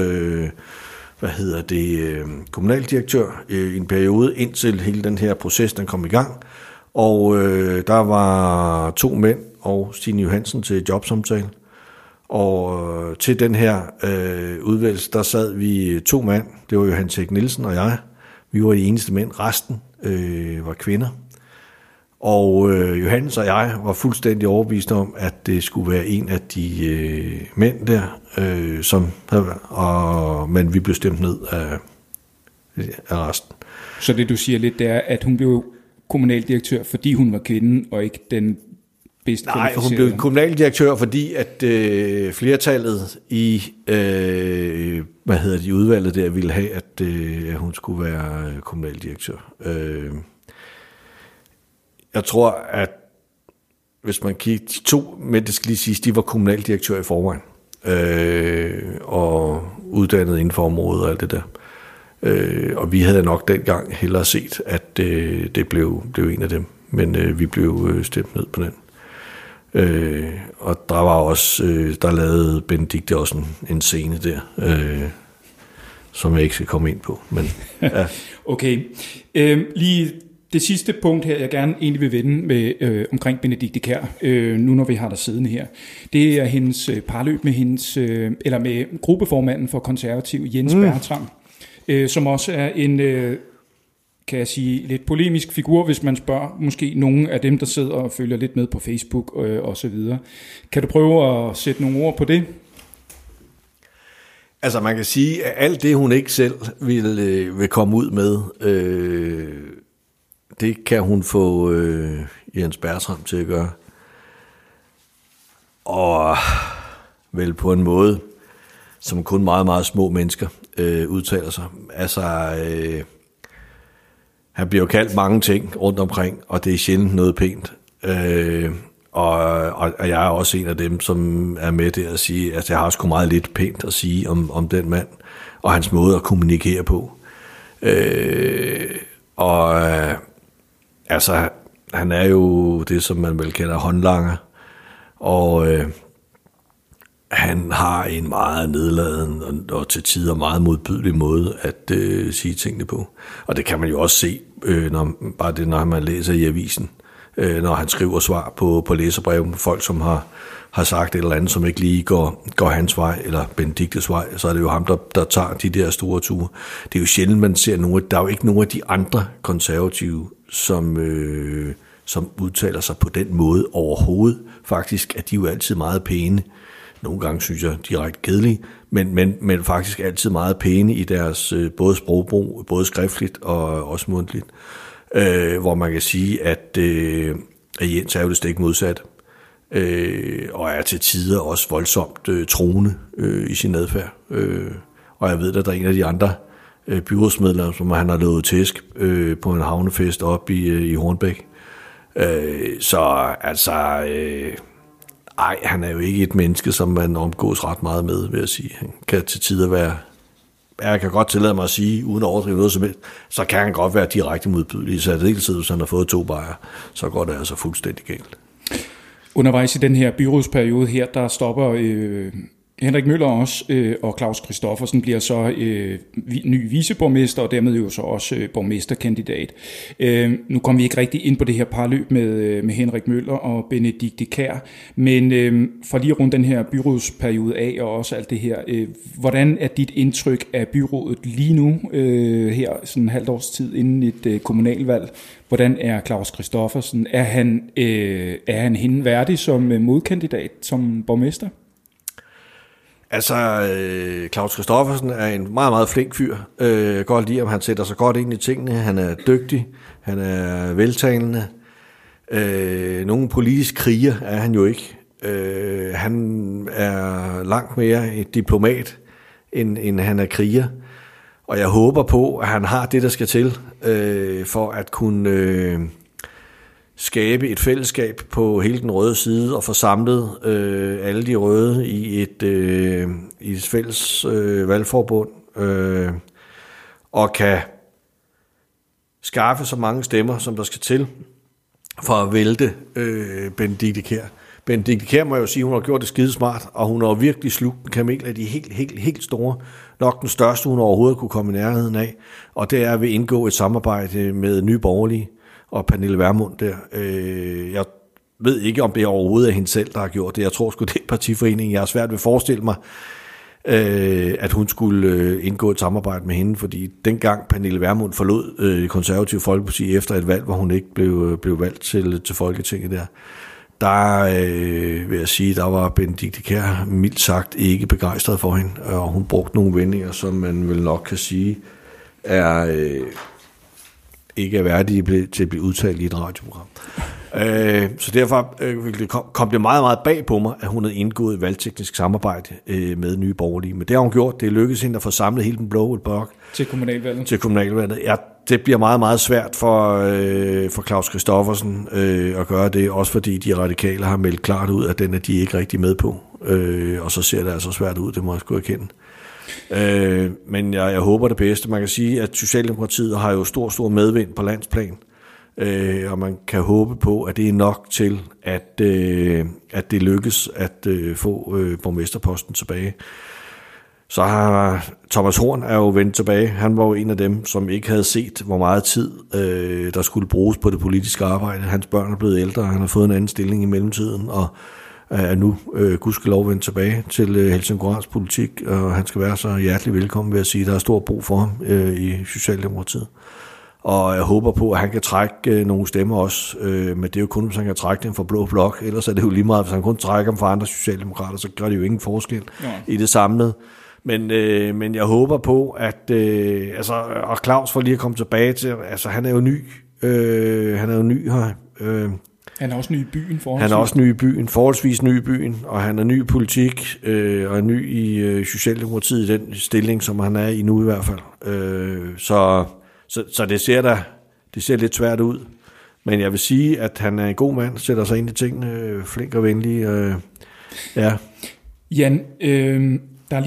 kommunaldirektør i en periode, indtil hele den her proces den kom i gang. Og der var 2 mænd og Stine Johansen til jobsamtale. Og til den her udvælgelse, der sad vi 2 mand. Det var Johannes Erik Nielsen og jeg. Vi var de eneste mænd. Resten var kvinder. Og Johannes og jeg var fuldstændig overbevist om, at det skulle være en af de mænd der, men vi blev stemt ned af resten. Så det du siger lidt, det er, at hun blev kommunaldirektør, fordi hun var kvinde, og ikke den bedst kvalificerede? Nej, hun blev kommunaldirektør, fordi at flertallet i udvalget der ville have, at hun skulle være kommunaldirektør. Jeg tror, at hvis man kigger, de 2 mænd, det skal lige siges, de var kommunaldirektør i forvejen, og uddannet inden for området og alt det der. Og vi havde nok dengang hellere set, at det blev en af dem, men vi blev stemt ned på den. Og der var også, der lavede Benedikte også en scene der, som jeg ikke skal komme ind på. Men, ja. Okay, lige det sidste punkt her, jeg gerne egentlig vil vende med omkring Benedikte Kjær, nu når vi har der siddende her, det er hendes parløb med eller med gruppeformanden for konservativ, Jens Bertram, som også er en, kan jeg sige, lidt polemisk figur, hvis man spørger måske nogle af dem, der sidder og følger lidt med på Facebook og så videre. Kan du prøve at sætte nogle ord på det? Altså man kan sige, at alt det, hun ikke selv vil komme ud med, det kan hun få Jens Bertram til at gøre. Og vel på en måde, som kun meget, meget små mennesker udtaler sig. Altså, han bliver jo kaldt mange ting rundt omkring, og det er sjældent noget pænt. Og jeg er også en af dem, som er med der at sige, at jeg har sgu meget lidt pænt at sige om den mand, og hans måde at kommunikere på. Altså, han er jo det, som man vel kalder håndlanger, han har en meget nedladen og til tider meget modbydelig måde at sige tingene på. Og det kan man jo også se, når man læser i avisen, når han skriver svar på læserbrev med folk, som har sagt et eller andet, som ikke lige går hans vej, eller Benediktes vej, så er det jo ham, der tager de der store ture. Det er jo sjældent, man ser der er jo ikke nogen af de andre konservative, som udtaler sig på den måde overhovedet. Faktisk er de jo altid meget pæne. Nogle gange synes jeg direkte kedelige, men faktisk altid meget pæne i deres både sprogbrug, både skriftligt og også mundtligt. Hvor man kan sige, at Jens er jo det stik modsat, og er til tider også voldsomt truende i sin adfærd. Og jeg ved, at der er en af de andre byrådsmedlemmer, som han har lovet tæsk på en havnefest op i Hornbæk. Så altså, han er jo ikke et menneske, som man omgås ret meget med, vil jeg sige. Han kan til tider være, jeg kan godt tillade mig at sige, uden at overdrive noget som helst, så kan han godt være direkte modbydelig. Så det hele tiden, hvis han har fået 2 bajer, så går det altså fuldstændig galt. Undervejs i den her byrådsperiode her, der stopper Henrik Møller også, og Claus Christoffersen bliver så ny viceborgmester, og dermed jo så også borgmesterkandidat. Nu kommer vi ikke rigtig ind på det her parløb med Henrik Møller og Benedikte Kjær, men for lige rundt den her byrådsperiode af, og også alt det her, hvordan er dit indtryk af byrådet lige nu, her sådan en halvt års tid inden et kommunalvalg? Hvordan er Claus Christoffersen? Er han hende værdig som modkandidat, som borgmester? Altså, Claus Christoffersen er en meget, meget flink fyr. Jeg kan godt lide, om han sætter sig godt ind i tingene. Han er dygtig, han er veltalende. Nogen politisk kriger er han jo ikke. Han er langt mere et diplomat, end han er kriger. Og jeg håber på, at han har det, der skal til, for at kunne skabe et fællesskab på hele den røde side og få samlet alle de røde i et fælles valgforbund og kan skaffe så mange stemmer, som der skal til for at vælte Benedikte Kjær. Benedikte Kjær må jo sige, hun har gjort det skidesmart, og hun har virkelig slugt en kamel af de helt store. Nok den største, hun overhovedet kunne komme i nærheden af, og det er at vi indgå et samarbejde med Nye Borgerlige og Pernille Vermund der. Jeg ved ikke, om det overhovedet er hende selv, der har gjort det. Jeg tror sgu, det er partiforeningen. Jeg har svært ved at forestille mig, at hun skulle indgå et samarbejde med hende, fordi dengang Pernille Vermund forlod Det Konservative Folkeparti efter et valg, hvor hun ikke blev valgt til Folketinget der vil jeg sige, der var Benedikte Kjær mildt sagt ikke begejstret for hende, og hun brugte nogle vendinger, som man vel nok kan sige ikke er værdige til at blive udtalt i et radioprogram. Så derfor kom det meget, meget bag på mig, at hun havde indgået et valgteknisk samarbejde med Nye Borgerlige. Men det har hun gjort. Det lykkedes hende at få samlet hele den blå blok til kommunalvalget. Ja, det bliver meget, meget svært for Claus Christoffersen at gøre det, også fordi de radikale har meldt klart ud, at den er de ikke rigtig med på. Og så ser det altså svært ud, det må jeg sgu erkende. Men jeg håber det bedste. Man kan sige, at Socialdemokratiet har jo stor medvind på landsplan, og man kan håbe på, at det er nok til, at det lykkes at få borgmesterposten tilbage. Så har Thomas Horn er jo vendt tilbage. Han var jo en af dem, som ikke havde set, hvor meget tid der skulle bruges på det politiske arbejde. Hans børn er blevet ældre, og han har fået en anden stilling i mellemtiden, og er nu gudskelov vendt tilbage til Helsingborgs politik, og han skal være så hjertelig velkommen, ved at sige, at der er stor brug for ham i Socialdemokratiet. Og jeg håber på, at han kan trække nogle stemmer også, men det er jo kun, hvis han kan trække dem fra blå blok, ellers er det jo lige meget, hvis han kun trækker dem fra andre socialdemokrater, så gør det jo ingen forskel i det samlede. Men jeg håber på, at og Claus for lige at komme tilbage til, altså han er jo ny her. Han er også ny i byen forholdsvis. Han er også ny i byen, forholdsvis ny i byen, og han er ny i politik, og er ny i Socialdemokratiet i den stilling, som han er i nu i hvert fald. Så det ser lidt svært ud. Men jeg vil sige, at han er en god mand, sætter sig ind i tingene, flink og venlig. Ja. Jan, der er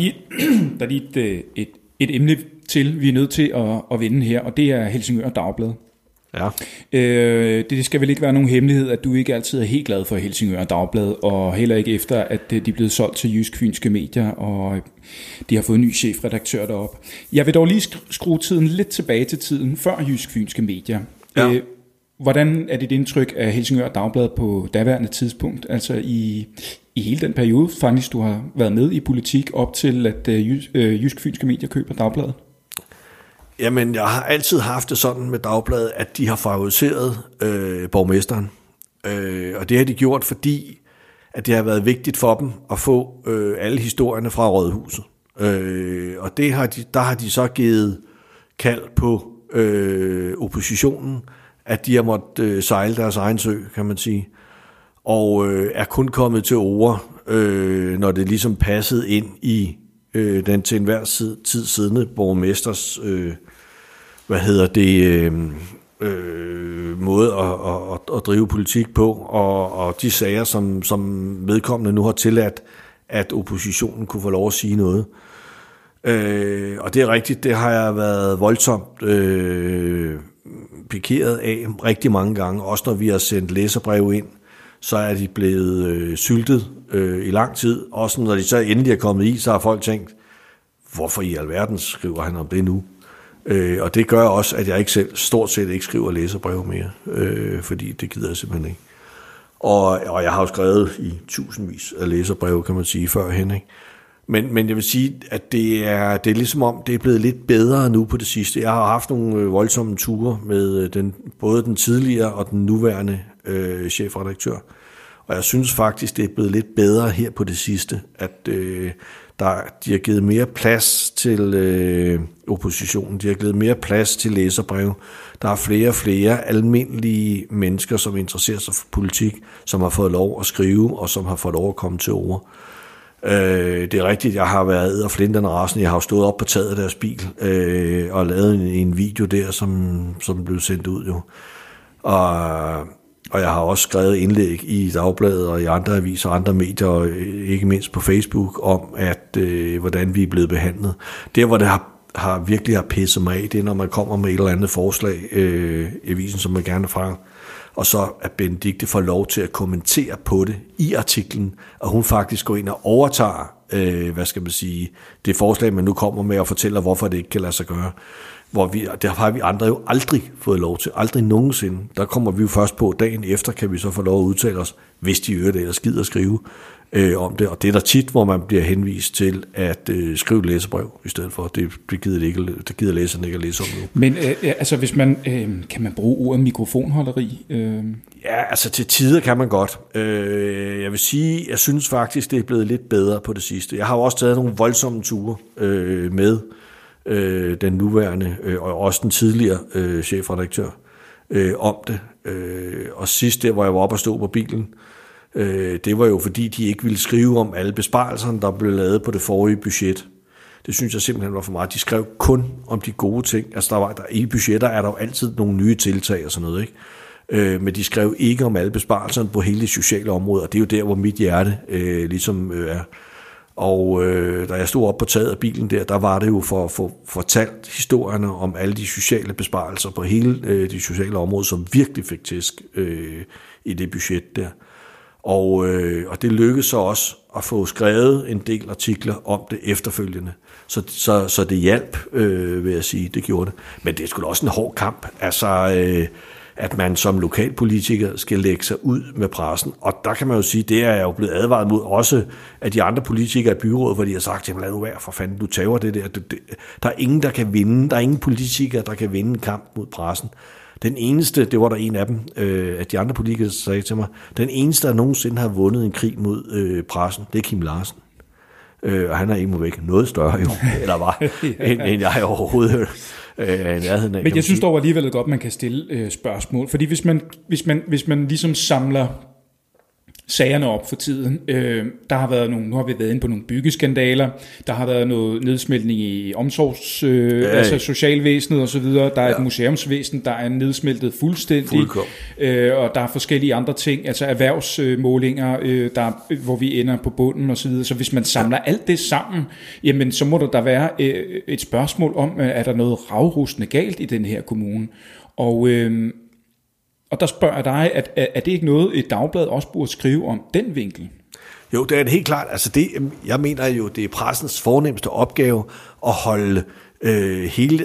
lige et emne til, vi er nødt til at vende her, og det er Helsingør Dagblad. Ja. Det skal vel ikke være nogen hemmelighed, at du ikke altid er helt glad for Helsingør Dagblad, og heller ikke efter, at de er blevet solgt til Jysk Fynske Medier, og de har fået en ny chefredaktør deroppe. Jeg vil dog lige skrue tiden lidt tilbage til tiden før Jysk Fynske Medier. Ja. Hvordan er dit indtryk af Helsingør Dagblad på daværende tidspunkt, altså i hele den periode, faktisk du har været med i politik op til, at Jysk Fynske Medier køber Dagbladet? Jamen, jeg har altid haft det sådan med Dagbladet, at de har favoriseret borgmesteren. Og det har de gjort, fordi at det har været vigtigt for dem at få alle historierne fra Rådhuset. Og der har de så givet kald på oppositionen, at de har måttet sejle deres egen sø, kan man sige. Og er kun kommet til ord, når det ligesom passede ind i den til enhver tid siddende borgmesters måde at drive politik på, og de sager, som vedkommende nu har tilladt, at oppositionen kunne få lov at sige noget. Og det er rigtigt, det har jeg været voldsomt pikeret af rigtig mange gange, også når vi har sendt læserbreve ind, så er de blevet syltet i lang tid. Også når de så endelig er kommet i, så har folk tænkt, hvorfor i alverden skriver han om det nu? Og det gør også, at jeg ikke selv, stort set ikke skriver læserbreve mere, fordi det gider jeg simpelthen ikke. Og jeg har jo skrevet i tusindvis af læserbreve, kan man sige, førhen, ikke? Men jeg vil sige, at det er ligesom om, det er blevet lidt bedre nu på det sidste. Jeg har haft nogle voldsomme ture med både den tidligere og den nuværende chefredaktør. Og jeg synes faktisk, det er blevet lidt bedre her på det sidste, at de har givet mere plads til oppositionen. De har givet mere plads til læserbreve. Der er flere og flere almindelige mennesker, som interesserer sig for politik, som har fået lov at skrive, og som har fået lov at komme til ord. Det er rigtigt, jeg har været æder flinterne rasende. Jeg har jo stået op på taget af deres bil og lavet en video der, som blev sendt ud jo. Og jeg har også skrevet indlæg i Dagbladet og i andre aviser og andre medier, og ikke mindst på Facebook, om at hvordan vi er blevet behandlet. Der, hvor det virkelig har pisset mig af, det er, når man kommer med et eller andet forslag i avisen, som man gerne fra, og så at Benedikte får lov til at kommentere på det i artiklen, og hun faktisk går ind og overtager, det forslag, man nu kommer med, og fortæller, hvorfor det ikke kan lade sig gøre. Der har vi andre jo aldrig fået lov til, aldrig nogensinde. Der kommer vi jo først på, dagen efter kan vi så få lov at udtale os, hvis de det eller skider at skrive om det. Og det er der tit, hvor man bliver henvist til at skrive læserbrev i stedet for. Det gider læserne ikke at læse om nu. Men hvis man, kan man bruge ordet mikrofonholderi? Ja, altså til tider kan man godt. Jeg vil sige, jeg synes faktisk, det er blevet lidt bedre på det sidste. Jeg har jo også taget nogle voldsomme ture med den nuværende og også den tidligere chefredaktør om det. Og sidst der, hvor jeg var oppe og stå på bilen, det var jo fordi, de ikke ville skrive om alle besparelserne, der blev lavet på det forrige budget. Det synes jeg simpelthen var for meget. De skrev kun om de gode ting. Altså i budgetter er der jo altid nogle nye tiltag og sådan noget, ikke? Men de skrev ikke om alle besparelserne på hele det sociale område, og det er jo der, hvor mit hjerte ligesom er. Og da jeg stod op på taget af bilen der var det jo for at få fortalt historierne om alle de sociale besparelser på hele det sociale område, som virkelig fik tæsk i det budget der. Og det lykkedes så også at få skrevet en del artikler om det efterfølgende. Så det hjalp, vil jeg sige, det gjorde det. Men det er sgu da også en hård kamp. Altså, at man som lokalpolitiker skal lægge sig ud med pressen. Og der kan man jo sige, det er jeg jo blevet advaret mod også af de andre politikere i byrådet, hvor de har sagt, jamen lad nu være for fanden, du tager det der. Der er ingen, der kan vinde. Der er ingen politikere, der kan vinde en kamp mod pressen. Den eneste, det var der en af dem, at de andre politikere sagde til mig, den eneste, der nogensinde har vundet en krig mod pressen, det er Kim Larsen. Og han er ikke væk noget større jo, eller var, end jeg overhovedet nærheden af. Men jeg synes dog alligevel godt, man kan stille spørgsmål, fordi hvis man ligesom samler sagerne op for tiden. Der har været nu har vi været inde på nogle byggeskandaler, der har været noget nedsmeltning i altså socialvæsenet og så videre, der er et museumsvæsen, der er nedsmeltet fuldstændig, og der er forskellige andre ting, altså erhvervsmålinger, hvor vi ender på bunden og så videre. Så hvis man samler alt det sammen, jamen så må der være et spørgsmål om, er der noget ravrustende galt i den her kommune? Og der spørger jeg dig, at er det ikke noget, et dagblad også burde skrive om den vinkel? Jo, det er det helt klart. Altså jeg mener jo, det er pressens fornemste opgave at holde hele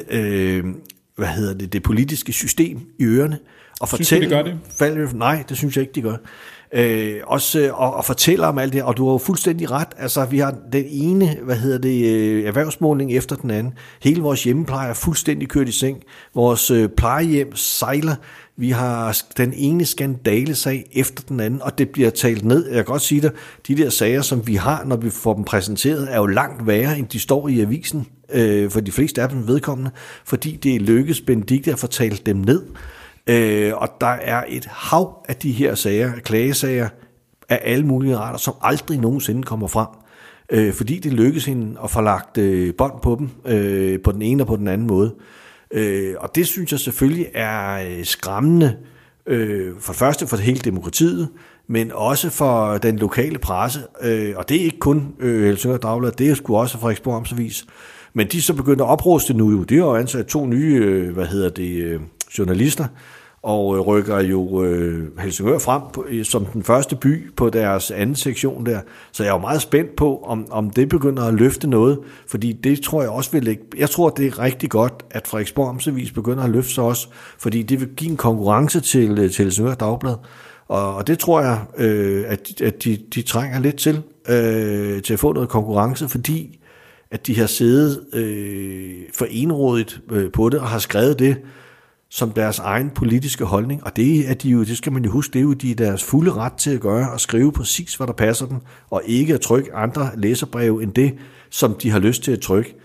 det politiske system i ørerne. Og synes du, de gør det? Nej, det synes jeg ikke, de gør. Også og fortæller om alt det, og du har jo fuldstændig ret. Altså, vi har den ene, erhvervsmåling efter den anden. Hele vores hjemmepleje er fuldstændig kørt i seng. Vores plejehjem sejler. Vi har den ene skandalesag efter den anden, og det bliver talt ned. Jeg kan godt sige dig, de der sager, som vi har, når vi får dem præsenteret, er jo langt værre, end de står i avisen, for de fleste af dem vedkommende, fordi det lykkes Benedikte at få talt dem ned. Og der er et hav af de her sager, klagesager af alle mulige arter, som aldrig nogensinde kommer frem. Fordi det lykkes hende at få lagt bånd på dem på den ene og på den anden måde. Og det synes jeg selvfølgelig er skræmmende, for det første for hele demokratiet, men også for den lokale presse. Og det er ikke kun Helsingør Dagblad, det er sgu også Frederiksborg Amtsavis. Men de er så begyndt at opruste nu jo. Det har jo ansat 2 nye, journalister, og rykker jo Helsingør frem som den første by på deres anden sektion der. Så jeg er jo meget spændt på, om det begynder at løfte noget, fordi det tror jeg også vil lægge. Jeg tror, det er rigtig godt, at Frederiksborg Amtsavis begynder at løfte sig også, fordi det vil give en konkurrence til Helsingør Dagblad. Og det tror jeg, at de trænger lidt til at få noget konkurrence, fordi at de har siddet for enrådigt på det og har skrevet det som deres egen politiske holdning, og det er de jo, det skal man jo huske, det er jo deres fulde ret til at gøre, og skrive præcis, hvad der passer dem, og ikke at trykke andre læserbreve end det, som de har lyst til at trykke.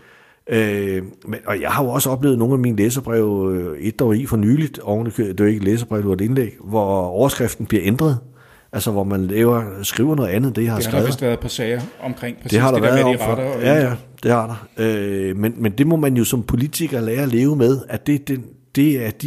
Og jeg har jo også oplevet nogle af mine læserbreve, et der var i for nyligt, det var ikke et læserbrev, det var et indlæg, hvor overskriften bliver ændret, altså hvor man skriver noget andet, det jeg har skrevet. Det har vist været et par sager omkring præcis det, har det der der været med de retter. Ja, det har der. Men det må man jo som politiker lære at leve med, at det er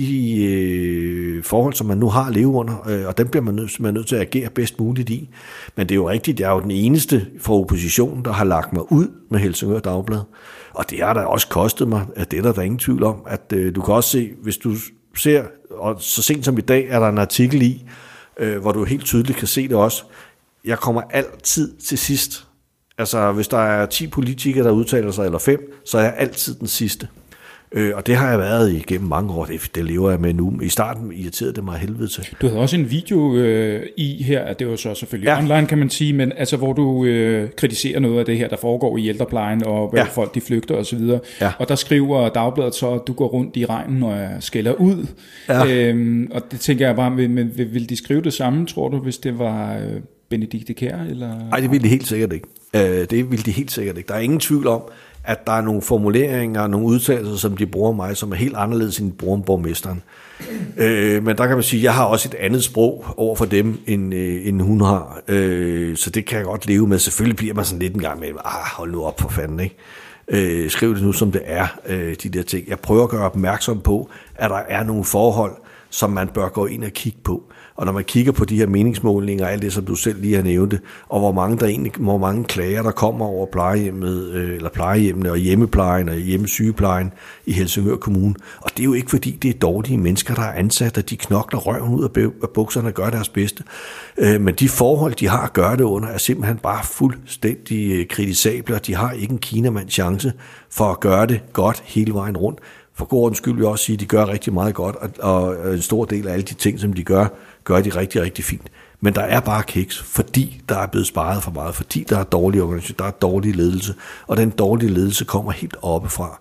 de forhold, som man nu har at leve under, og dem bliver man nødt til at agere bedst muligt i. Men det er jo rigtigt, jeg er jo den eneste fra oppositionen, der har lagt mig ud med Helsingør Dagblad. Og det har da også kostet mig, at det er der ingen tvivl om, at du kan også se, hvis du ser, og så sent som i dag er der en artikel i, hvor du helt tydeligt kan se det også. Jeg kommer altid til sidst. Altså, hvis der er 10 politikere, der udtaler sig, eller 5, så er jeg altid den sidste. Og det har jeg været igennem mange år. Det lever jeg med nu. I starten irriterede det mig helvede til. Du havde også en video i her, at det var så selvfølgelig online, kan man sige, men altså hvor du kritiserer noget af det her, der foregår i ældreplejen, og hvor folk de flygter og så videre. Ja. Og der skriver Dagbladet så, at du går rundt i regnen og skælder ud. Ja. Og det tænker jeg bare, men vil de skrive det samme, tror du, hvis det var Benedikte Kjær? Nej, det ville de helt sikkert ikke. Det ville de helt sikkert ikke. Der er ingen tvivl om, at der er nogle formuleringer og nogle udtalelser, som de bruger mig, som er helt anderledes end de bruger borgmesteren. Men der kan man sige, at jeg har også et andet sprog over for dem, end hun har. Så det kan jeg godt leve med. Selvfølgelig bliver man sådan lidt en gang med, hold nu op for fanden, ikke? Skriv det nu, som det er, de der ting. Jeg prøver at gøre opmærksom på, at der er nogle forhold, som man bør gå ind og kigge på. Og når man kigger på de her meningsmålinger og alt det, som du selv lige har nævnt, og hvor mange klager der kommer over plejehjemmene og hjemmeplejen og hjemmesygeplejen i Helsingør Kommune. Og det er jo ikke fordi, det er dårlige mennesker, der er ansat, og de knokler røven ud af bukserne og gør deres bedste. Men de forhold, de har at gøre det under, er simpelthen bare fuldstændig kritisable, og de har ikke en kinamands chance for at gøre det godt hele vejen rundt. For god ordens skyld vil jeg også sige, at de gør rigtig meget godt, og en stor del af alle de ting, som de gør de rigtig, rigtig fint. Men der er bare kiks, fordi der er blevet sparet for meget, fordi der er dårlig organisation, der er dårlig ledelse, og den dårlige ledelse kommer helt oppefra.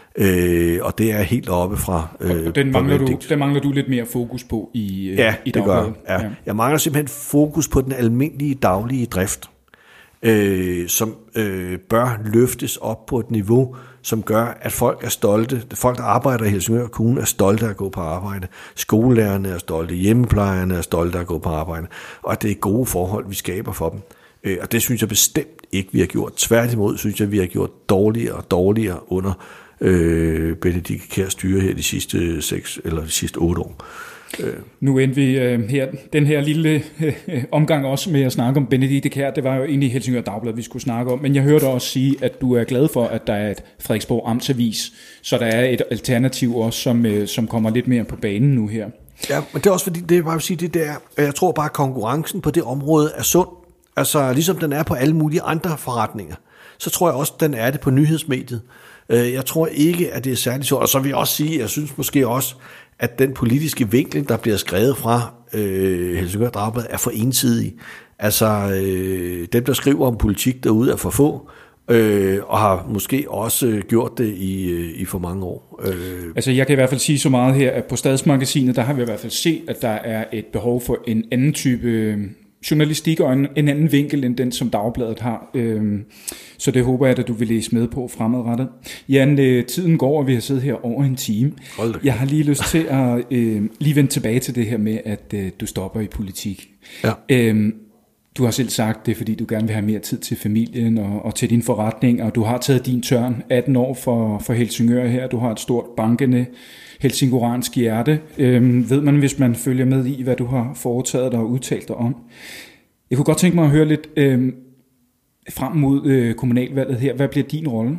Og det er helt oppefra. Og den mangler du lidt mere fokus på i det gør jeg. Ja. Jeg mangler simpelthen fokus på den almindelige daglige drift, som bør løftes op på et niveau, som gør, at folk er stolte. Folk, der arbejder i Helsingør Kommune, er stolte af at gå på arbejde. Skolelærerne er stolte, hjemmeplejerne er stolte af at gå på arbejde. Og at det er gode forhold, vi skaber for dem. Og det synes jeg bestemt ikke, vi har gjort. Tværtimod synes jeg, vi har gjort dårligere og dårligere under Benedikte Kjærs styre her de sidste 8 år. Nu endte vi den her lille omgang også med at snakke om Benedikte Kjær. Det var jo egentlig Helsingør Dagblad, vi skulle snakke om. Men jeg hørte også sige, at du er glad for, at der er et Frederiksborg Amtsavis. Så der er et alternativ også, som kommer lidt mere på banen nu her. Ja, men det er også fordi, det er bare at sige, det der, jeg tror bare, at konkurrencen på det område er sund. Altså ligesom den er på alle mulige andre forretninger, så tror jeg også, den er det på nyhedsmediet. Jeg tror ikke, at det er særligt sjovt. Og så vil jeg også sige, jeg synes måske også, at den politiske vinkel, der bliver skrevet fra Helsingør Dagblad, er for ensidig. Altså, dem, der skriver om politik derude, er for få, og har måske også gjort det i for mange år. Altså, jeg kan i hvert fald sige så meget her, at på Stadsmagasinet, der har vi i hvert fald set, at der er et behov for en anden type journalistik og en anden vinkel end den, som Dagbladet har. Så det håber jeg, at du vil læse med på fremadrettet. Jan, tiden går, og vi har siddet her over en time. Jeg har lige lyst til at lige vende tilbage til det her med, at du stopper i politik. Ja. Du har selv sagt det, fordi du gerne vil have mere tid til familien og til din forretning, og du har taget din tørn 18 år for Helsingør her. Du har et stort bankende helsingøransk hjerte, ved man, hvis man følger med i, hvad du har foretaget dig og udtalt dig om. Jeg kunne godt tænke mig at høre lidt frem mod kommunalvalget her. Hvad bliver din rolle?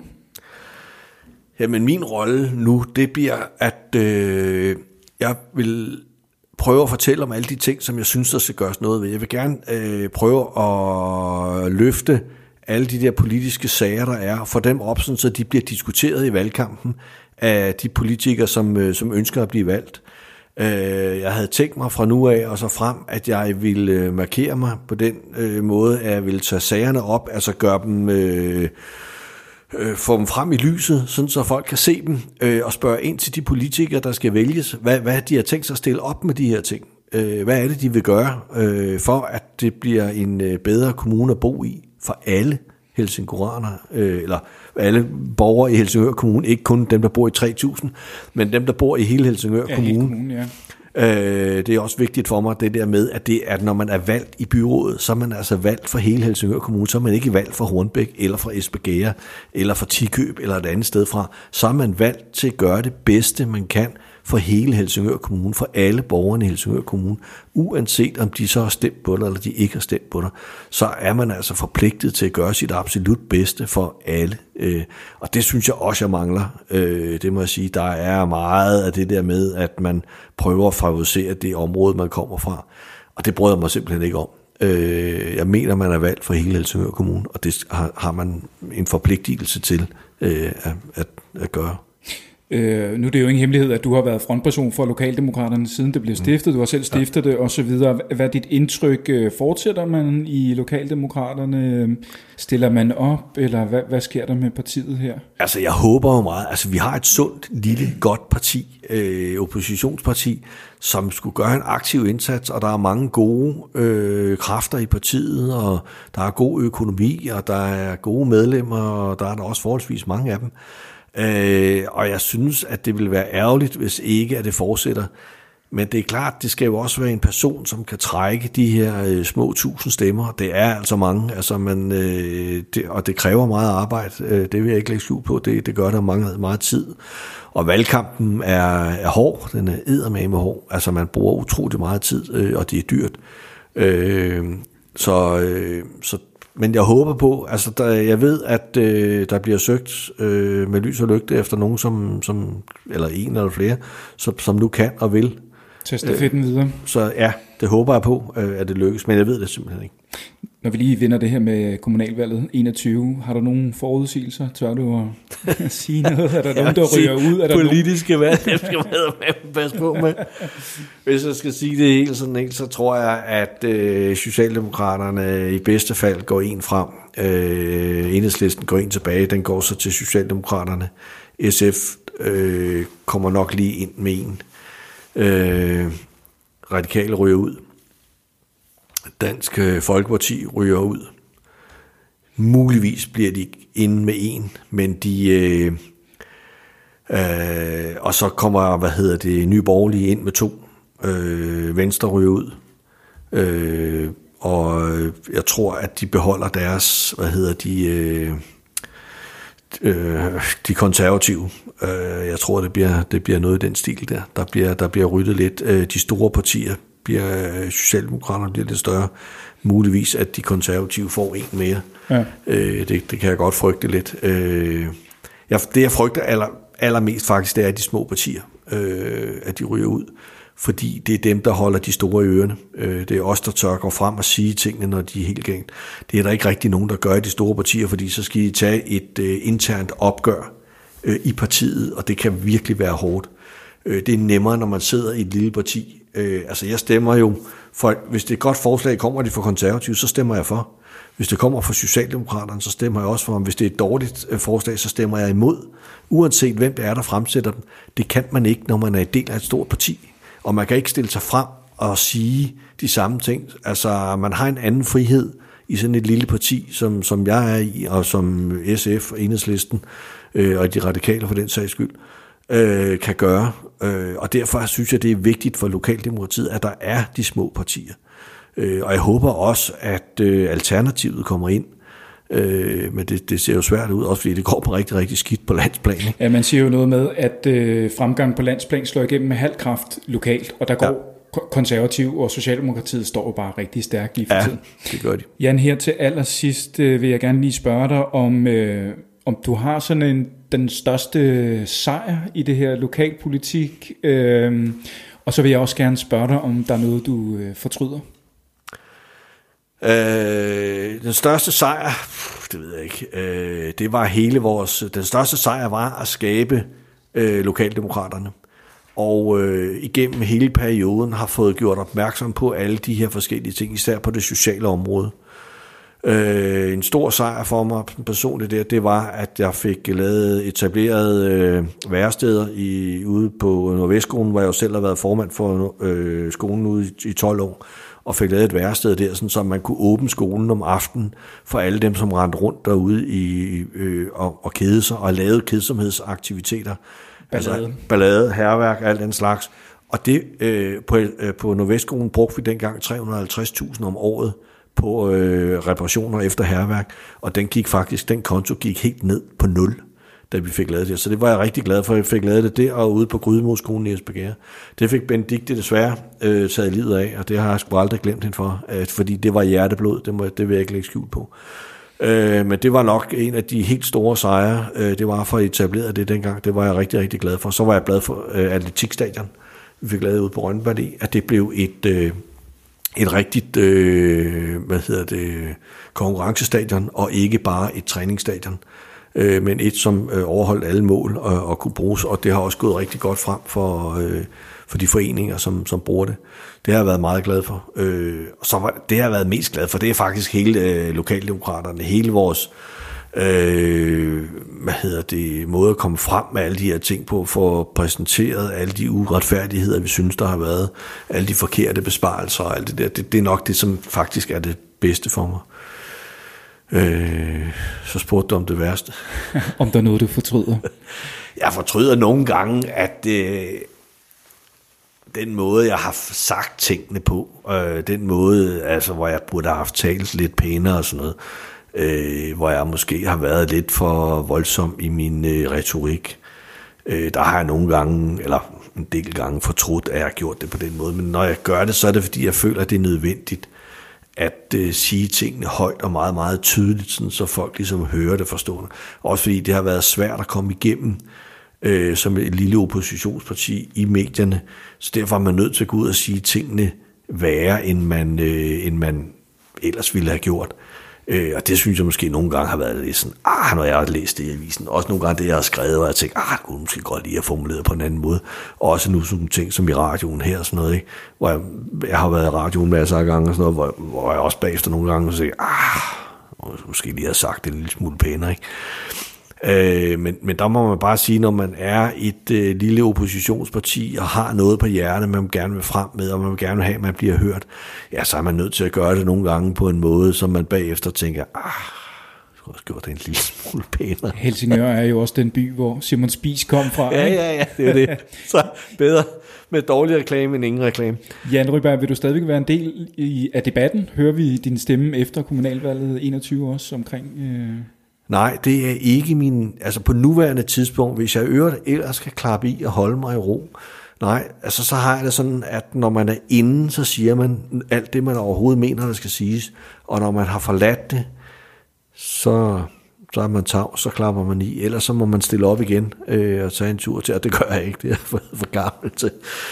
Jamen min rolle nu, det bliver, at jeg vil prøve at fortælle om alle de ting, som jeg synes, der skal gøres noget ved. Jeg vil gerne prøve at løfte alle de der politiske sager, der er, for dem op, så de bliver diskuteret i valgkampen af de politikere, som ønsker at blive valgt. Jeg havde tænkt mig fra nu af og så frem, at jeg ville markere mig på den måde, at jeg ville tage sagerne op, altså gøre dem, få dem frem i lyset, sådan så folk kan se dem, og spørge ind til de politikere, der skal vælges, hvad de har tænkt sig at stille op med de her ting. Hvad er det, de vil gøre, for at det bliver en bedre kommune at bo i for alle helsingøraner, eller alle borgere i Helsingør Kommune, ikke kun dem, der bor i 3.000, men dem, der bor i hele Helsingør Kommune. Hele kommunen, ja. Det er også vigtigt for mig, det der med, at det at når man er valgt i byrådet, så er man altså valgt for hele Helsingør Kommune, så er man ikke valgt for Hornbæk, eller for Espergærde, eller for Tikøb, eller et andet sted fra. Så er man valgt til at gøre det bedste, man kan for hele Helsingør Kommune, for alle borgerne i Helsingør Kommune, uanset om de så har stemt på dig, eller de ikke har stemt på dig, så er man altså forpligtet til at gøre sit absolut bedste for alle. Og det synes jeg også, jeg mangler. Det må jeg sige, der er meget af det der med, at man prøver at favorisere det område, man kommer fra. Og det bryder mig simpelthen ikke om. Jeg mener, man er valgt for hele Helsingør Kommune, og det har man en forpligtelse til at gøre. Nu er det jo ingen hemmelighed, at du har været frontperson for Lokaldemokraterne, siden det blev stiftet. Du har selv stiftet det, og så videre. Hvad er dit indtryk? Fortsætter man i Lokaldemokraterne? Stiller man op? Eller hvad sker der med partiet her? Altså, jeg håber jo meget. Altså, vi har et sundt, lille, godt parti, oppositionsparti, som skulle gøre en aktiv indsats, og der er mange gode kræfter i partiet, og der er god økonomi, og der er gode medlemmer, og der er der også forholdsvis mange af dem. Og jeg synes, at det vil være ærgerligt, hvis ikke, at det fortsætter. Men det er klart, det skal jo også være en person, som kan trække de her små 1000 stemmer. Det er altså mange, altså og det kræver meget arbejde. Det vil jeg ikke lægge skjul på. Det gør der meget tid. Og valgkampen er hård. Den er eddermame hård. Altså man bruger utrolig meget tid, og det er dyrt. Men jeg håber på, altså jeg ved, at der bliver søgt med lys og lygte efter nogen, som eller en eller flere, som nu kan og vil. Teste stafetten videre. Så ja, det håber jeg på, at det lykkes, men jeg ved det simpelthen ikke. Når vi lige vinder det her med kommunalvalget 21, har du nogle forudsigelser? Tør du at sige noget? Er der nogen, der ryger ud? Er der politiske valg, jeg skal passe på med. Hvis jeg skal sige det helt sådan, så tror jeg, at Socialdemokraterne i bedste fald går en frem. Enhedslisten går en tilbage, den går så til Socialdemokraterne. SF kommer nok lige ind med en. Radikale ryger ud. Dansk Folkeparti ryger ud. Muligvis bliver de inde med en, men de og så kommer Nye Borgerlige ind med 2. Venstre ryger ud. Og jeg tror, at de beholder deres de konservative. Jeg tror, det bliver noget i den stil der. Der bliver ryddet lidt. De store partier Socialdemokraterne bliver lidt større. Muligvis, at de konservative får en mere. Ja. Det kan jeg godt frygte lidt. Det jeg frygter allermest faktisk, det er de små partier, at de ryger ud. Fordi det er dem, der holder de store i ørerne. Det er os, der tør gå frem og sige tingene, når de er helt galt. Det er der ikke rigtig nogen, der gør i de store partier, fordi så skal de tage et internt opgør i partiet, og det kan virkelig være hårdt. Det er nemmere, når man sidder i et lille parti. Jeg stemmer jo for, hvis det er et godt forslag, kommer det fra konservative, så stemmer jeg for. Hvis det kommer fra Socialdemokraterne, så stemmer jeg også for ham. Hvis det er et dårligt forslag, så stemmer jeg imod. Uanset hvem det er, der fremsætter den. Det kan man ikke, når man er en del af et stort parti. Og man kan ikke stille sig frem og sige de samme ting. Altså, man har en anden frihed i sådan et lille parti, som jeg er i, og som SF og Enhedslisten, og de radikale for den sags skyld, kan gøre. Og derfor synes jeg, det er vigtigt for lokaldemokratiet, at der er de små partier. Og jeg håber også, at alternativet kommer ind. Men det ser jo svært ud, også fordi det går på rigtig, rigtig skidt på landsplan. Ikke? Ja, man siger jo noget med, at fremgang på landsplan slår igennem med halv kraft lokalt, og der går konservativ og Socialdemokratiet står jo bare rigtig stærkt lige for tiden. Det gør de. Jan, her til allersidst vil jeg gerne lige spørge dig, om du har sådan den største sejr i det her lokalpolitik, og så vil jeg også gerne spørge dig, om der er noget, du fortryder. Den største sejr, det ved jeg ikke, det var den største sejr var at skabe lokaldemokraterne. Og igennem hele perioden har fået gjort opmærksom på alle de her forskellige ting, især på det sociale område. En stor sejr for mig personligt det var, at jeg fik etableret væresteder ude på Nordvestskolen, hvor jeg jo selv har været formand for skolen ude i 12 år, og fik lavet et værested der, sådan, så man kunne åbne skolen om aftenen for alle dem, som rendte rundt derude og kede sig, og lavede kedsomhedsaktiviteter. Ballade, hærværk, alt den slags. Og det på Nordvestskolen brugte vi dengang 350.000 om året på reparationer efter hærværk, og den konto gik helt ned på 0, da vi fik lavet det. Så det var jeg rigtig glad for, at jeg fik lavet det der, og ude på Grydemoskolen i Esbjerg. Det fik Benedikte desværre taget livet af, og det har jeg sgu aldrig glemt hende for, fordi det var hjerteblod, det vil jeg ikke lægge skjul på. Men det var nok en af de helt store sejre, det var for at etablere det dengang, det var jeg rigtig, rigtig glad for. Så var jeg glad for atletikstadion, vi fik lavet ude på Rønnebad, at det blev et rigtigt konkurrencestadion, og ikke bare et træningsstadion, men et, som overholdt alle mål og kunne bruges, og det har også gået rigtig godt frem for de foreninger, som bruger det. Det har jeg været meget glad for. Det har jeg været mest glad for, det er faktisk hele lokaldemokraterne, hele vores måde at komme frem med alle de her ting på, for præsenteret alle de uretfærdigheder, vi synes, der har været, alle de forkerte besparelser og alt det der. Det er nok det, som faktisk er det bedste for mig. Så spurgte du om det værste. Om der er noget, du fortryder? Jeg fortryder nogle gange, at den måde, jeg har sagt tingene på, den måde, altså, hvor jeg burde have haft talt lidt pænere og sådan noget, hvor jeg måske har været lidt for voldsom i min retorik. Der har jeg nogle gange, eller en del gange fortrudt, at jeg har gjort det på den måde. Men når jeg gør det, så er det, fordi jeg føler, at det er nødvendigt at sige tingene højt og meget, meget tydeligt, sådan, så folk ligesom hører det forstående. Også fordi det har været svært at komme igennem som et lille oppositionsparti i medierne. Så derfor er man nødt til at gå ud og sige tingene værre, end man ellers ville have gjort. Og det synes jeg måske nogle gange har været lidt sådan, når jeg har læst det i avisen, også nogle gange det, jeg har skrevet, og jeg tænkt, det kunne måske godt lige have formuleret på en anden måde. Og også nu sådan ting som i radioen her, sådan noget, ikke? Hvor jeg har været i radioen masser af gange, og sådan noget, hvor jeg også bagefter nogle gange tænker, måske lige have sagt det en lille smule pænere, ikke? Men der må man bare sige, når man er et lille oppositionsparti og har noget på hjertet, man gerne vil frem med, og man vil gerne have, at man bliver hørt, ja, så er man nødt til at gøre det nogle gange på en måde, som man bagefter tænker, jeg skulle også gjort det en lille smule pænere. Helsingør er jo også den by, hvor Simon Spies kom fra. Ja, det er det. Så bedre med dårlig reklame end ingen reklame. Jan Ryberg, vil du stadigvæk være en del af debatten? Hører vi din stemme efter kommunalvalget 21 også omkring Nej, det er ikke min... Altså på nuværende tidspunkt, hvis jeg ellers skal klappe i og holde mig i ro, nej, altså så har jeg det sådan, at når man er inde, så siger man alt det, man overhovedet mener, der skal siges. Og når man har forladt det, så er man tavs, så klapper man i. Ellers så må man stille op igen og tage en tur til, og det gør jeg ikke, det er jeg for gammel til.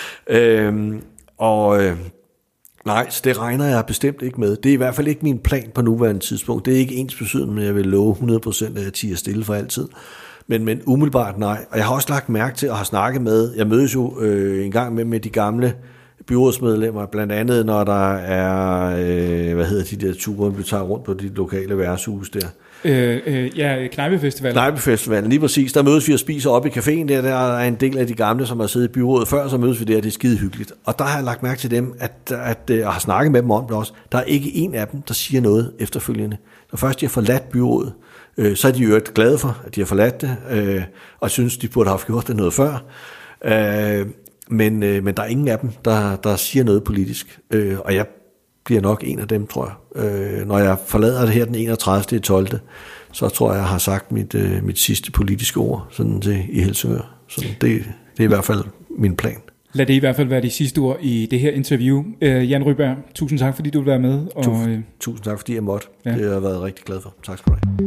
Nej, så det regner jeg bestemt ikke med. Det er i hvert fald ikke min plan på nuværende tidspunkt. Det er ikke ensbetydende, men jeg vil love 100%, at jeg tiger stille for altid. Men umiddelbart nej. Og jeg har også lagt mærke til at have snakket med, jeg mødes jo en gang med de gamle byrådsmedlemmer, blandt andet når der er, de der ture, vi tager rundt på de lokale værtshus der. Kneipefestivalen. Kneipefestivalen, lige præcis. Der mødes vi og spiser op i caféen der. Der er en del af de gamle, som har siddet i byrådet før, så mødes vi der, det er skide hyggeligt. Og der har jeg lagt mærke til dem, at jeg har snakket med dem om det også. Der er ikke en af dem, der siger noget efterfølgende. Når først de har forladt byrådet, så er de jo glade for, at de har forladt det, og synes, de burde have gjort det noget før. Men der er ingen af dem, der siger noget politisk. Og jeg bliver nok en af dem, tror jeg. Når jeg forlader det her den 31. 12., så tror jeg har sagt mit sidste politiske ord sådan i Helsingør. Så det er i hvert fald min plan. Lad det i hvert fald være de sidste ord i det her interview. Jan Ryberg, tusind tak, fordi du vil være med. Tusind tak, fordi jeg måtte. Ja. Det har jeg været rigtig glad for. Tak skal du have.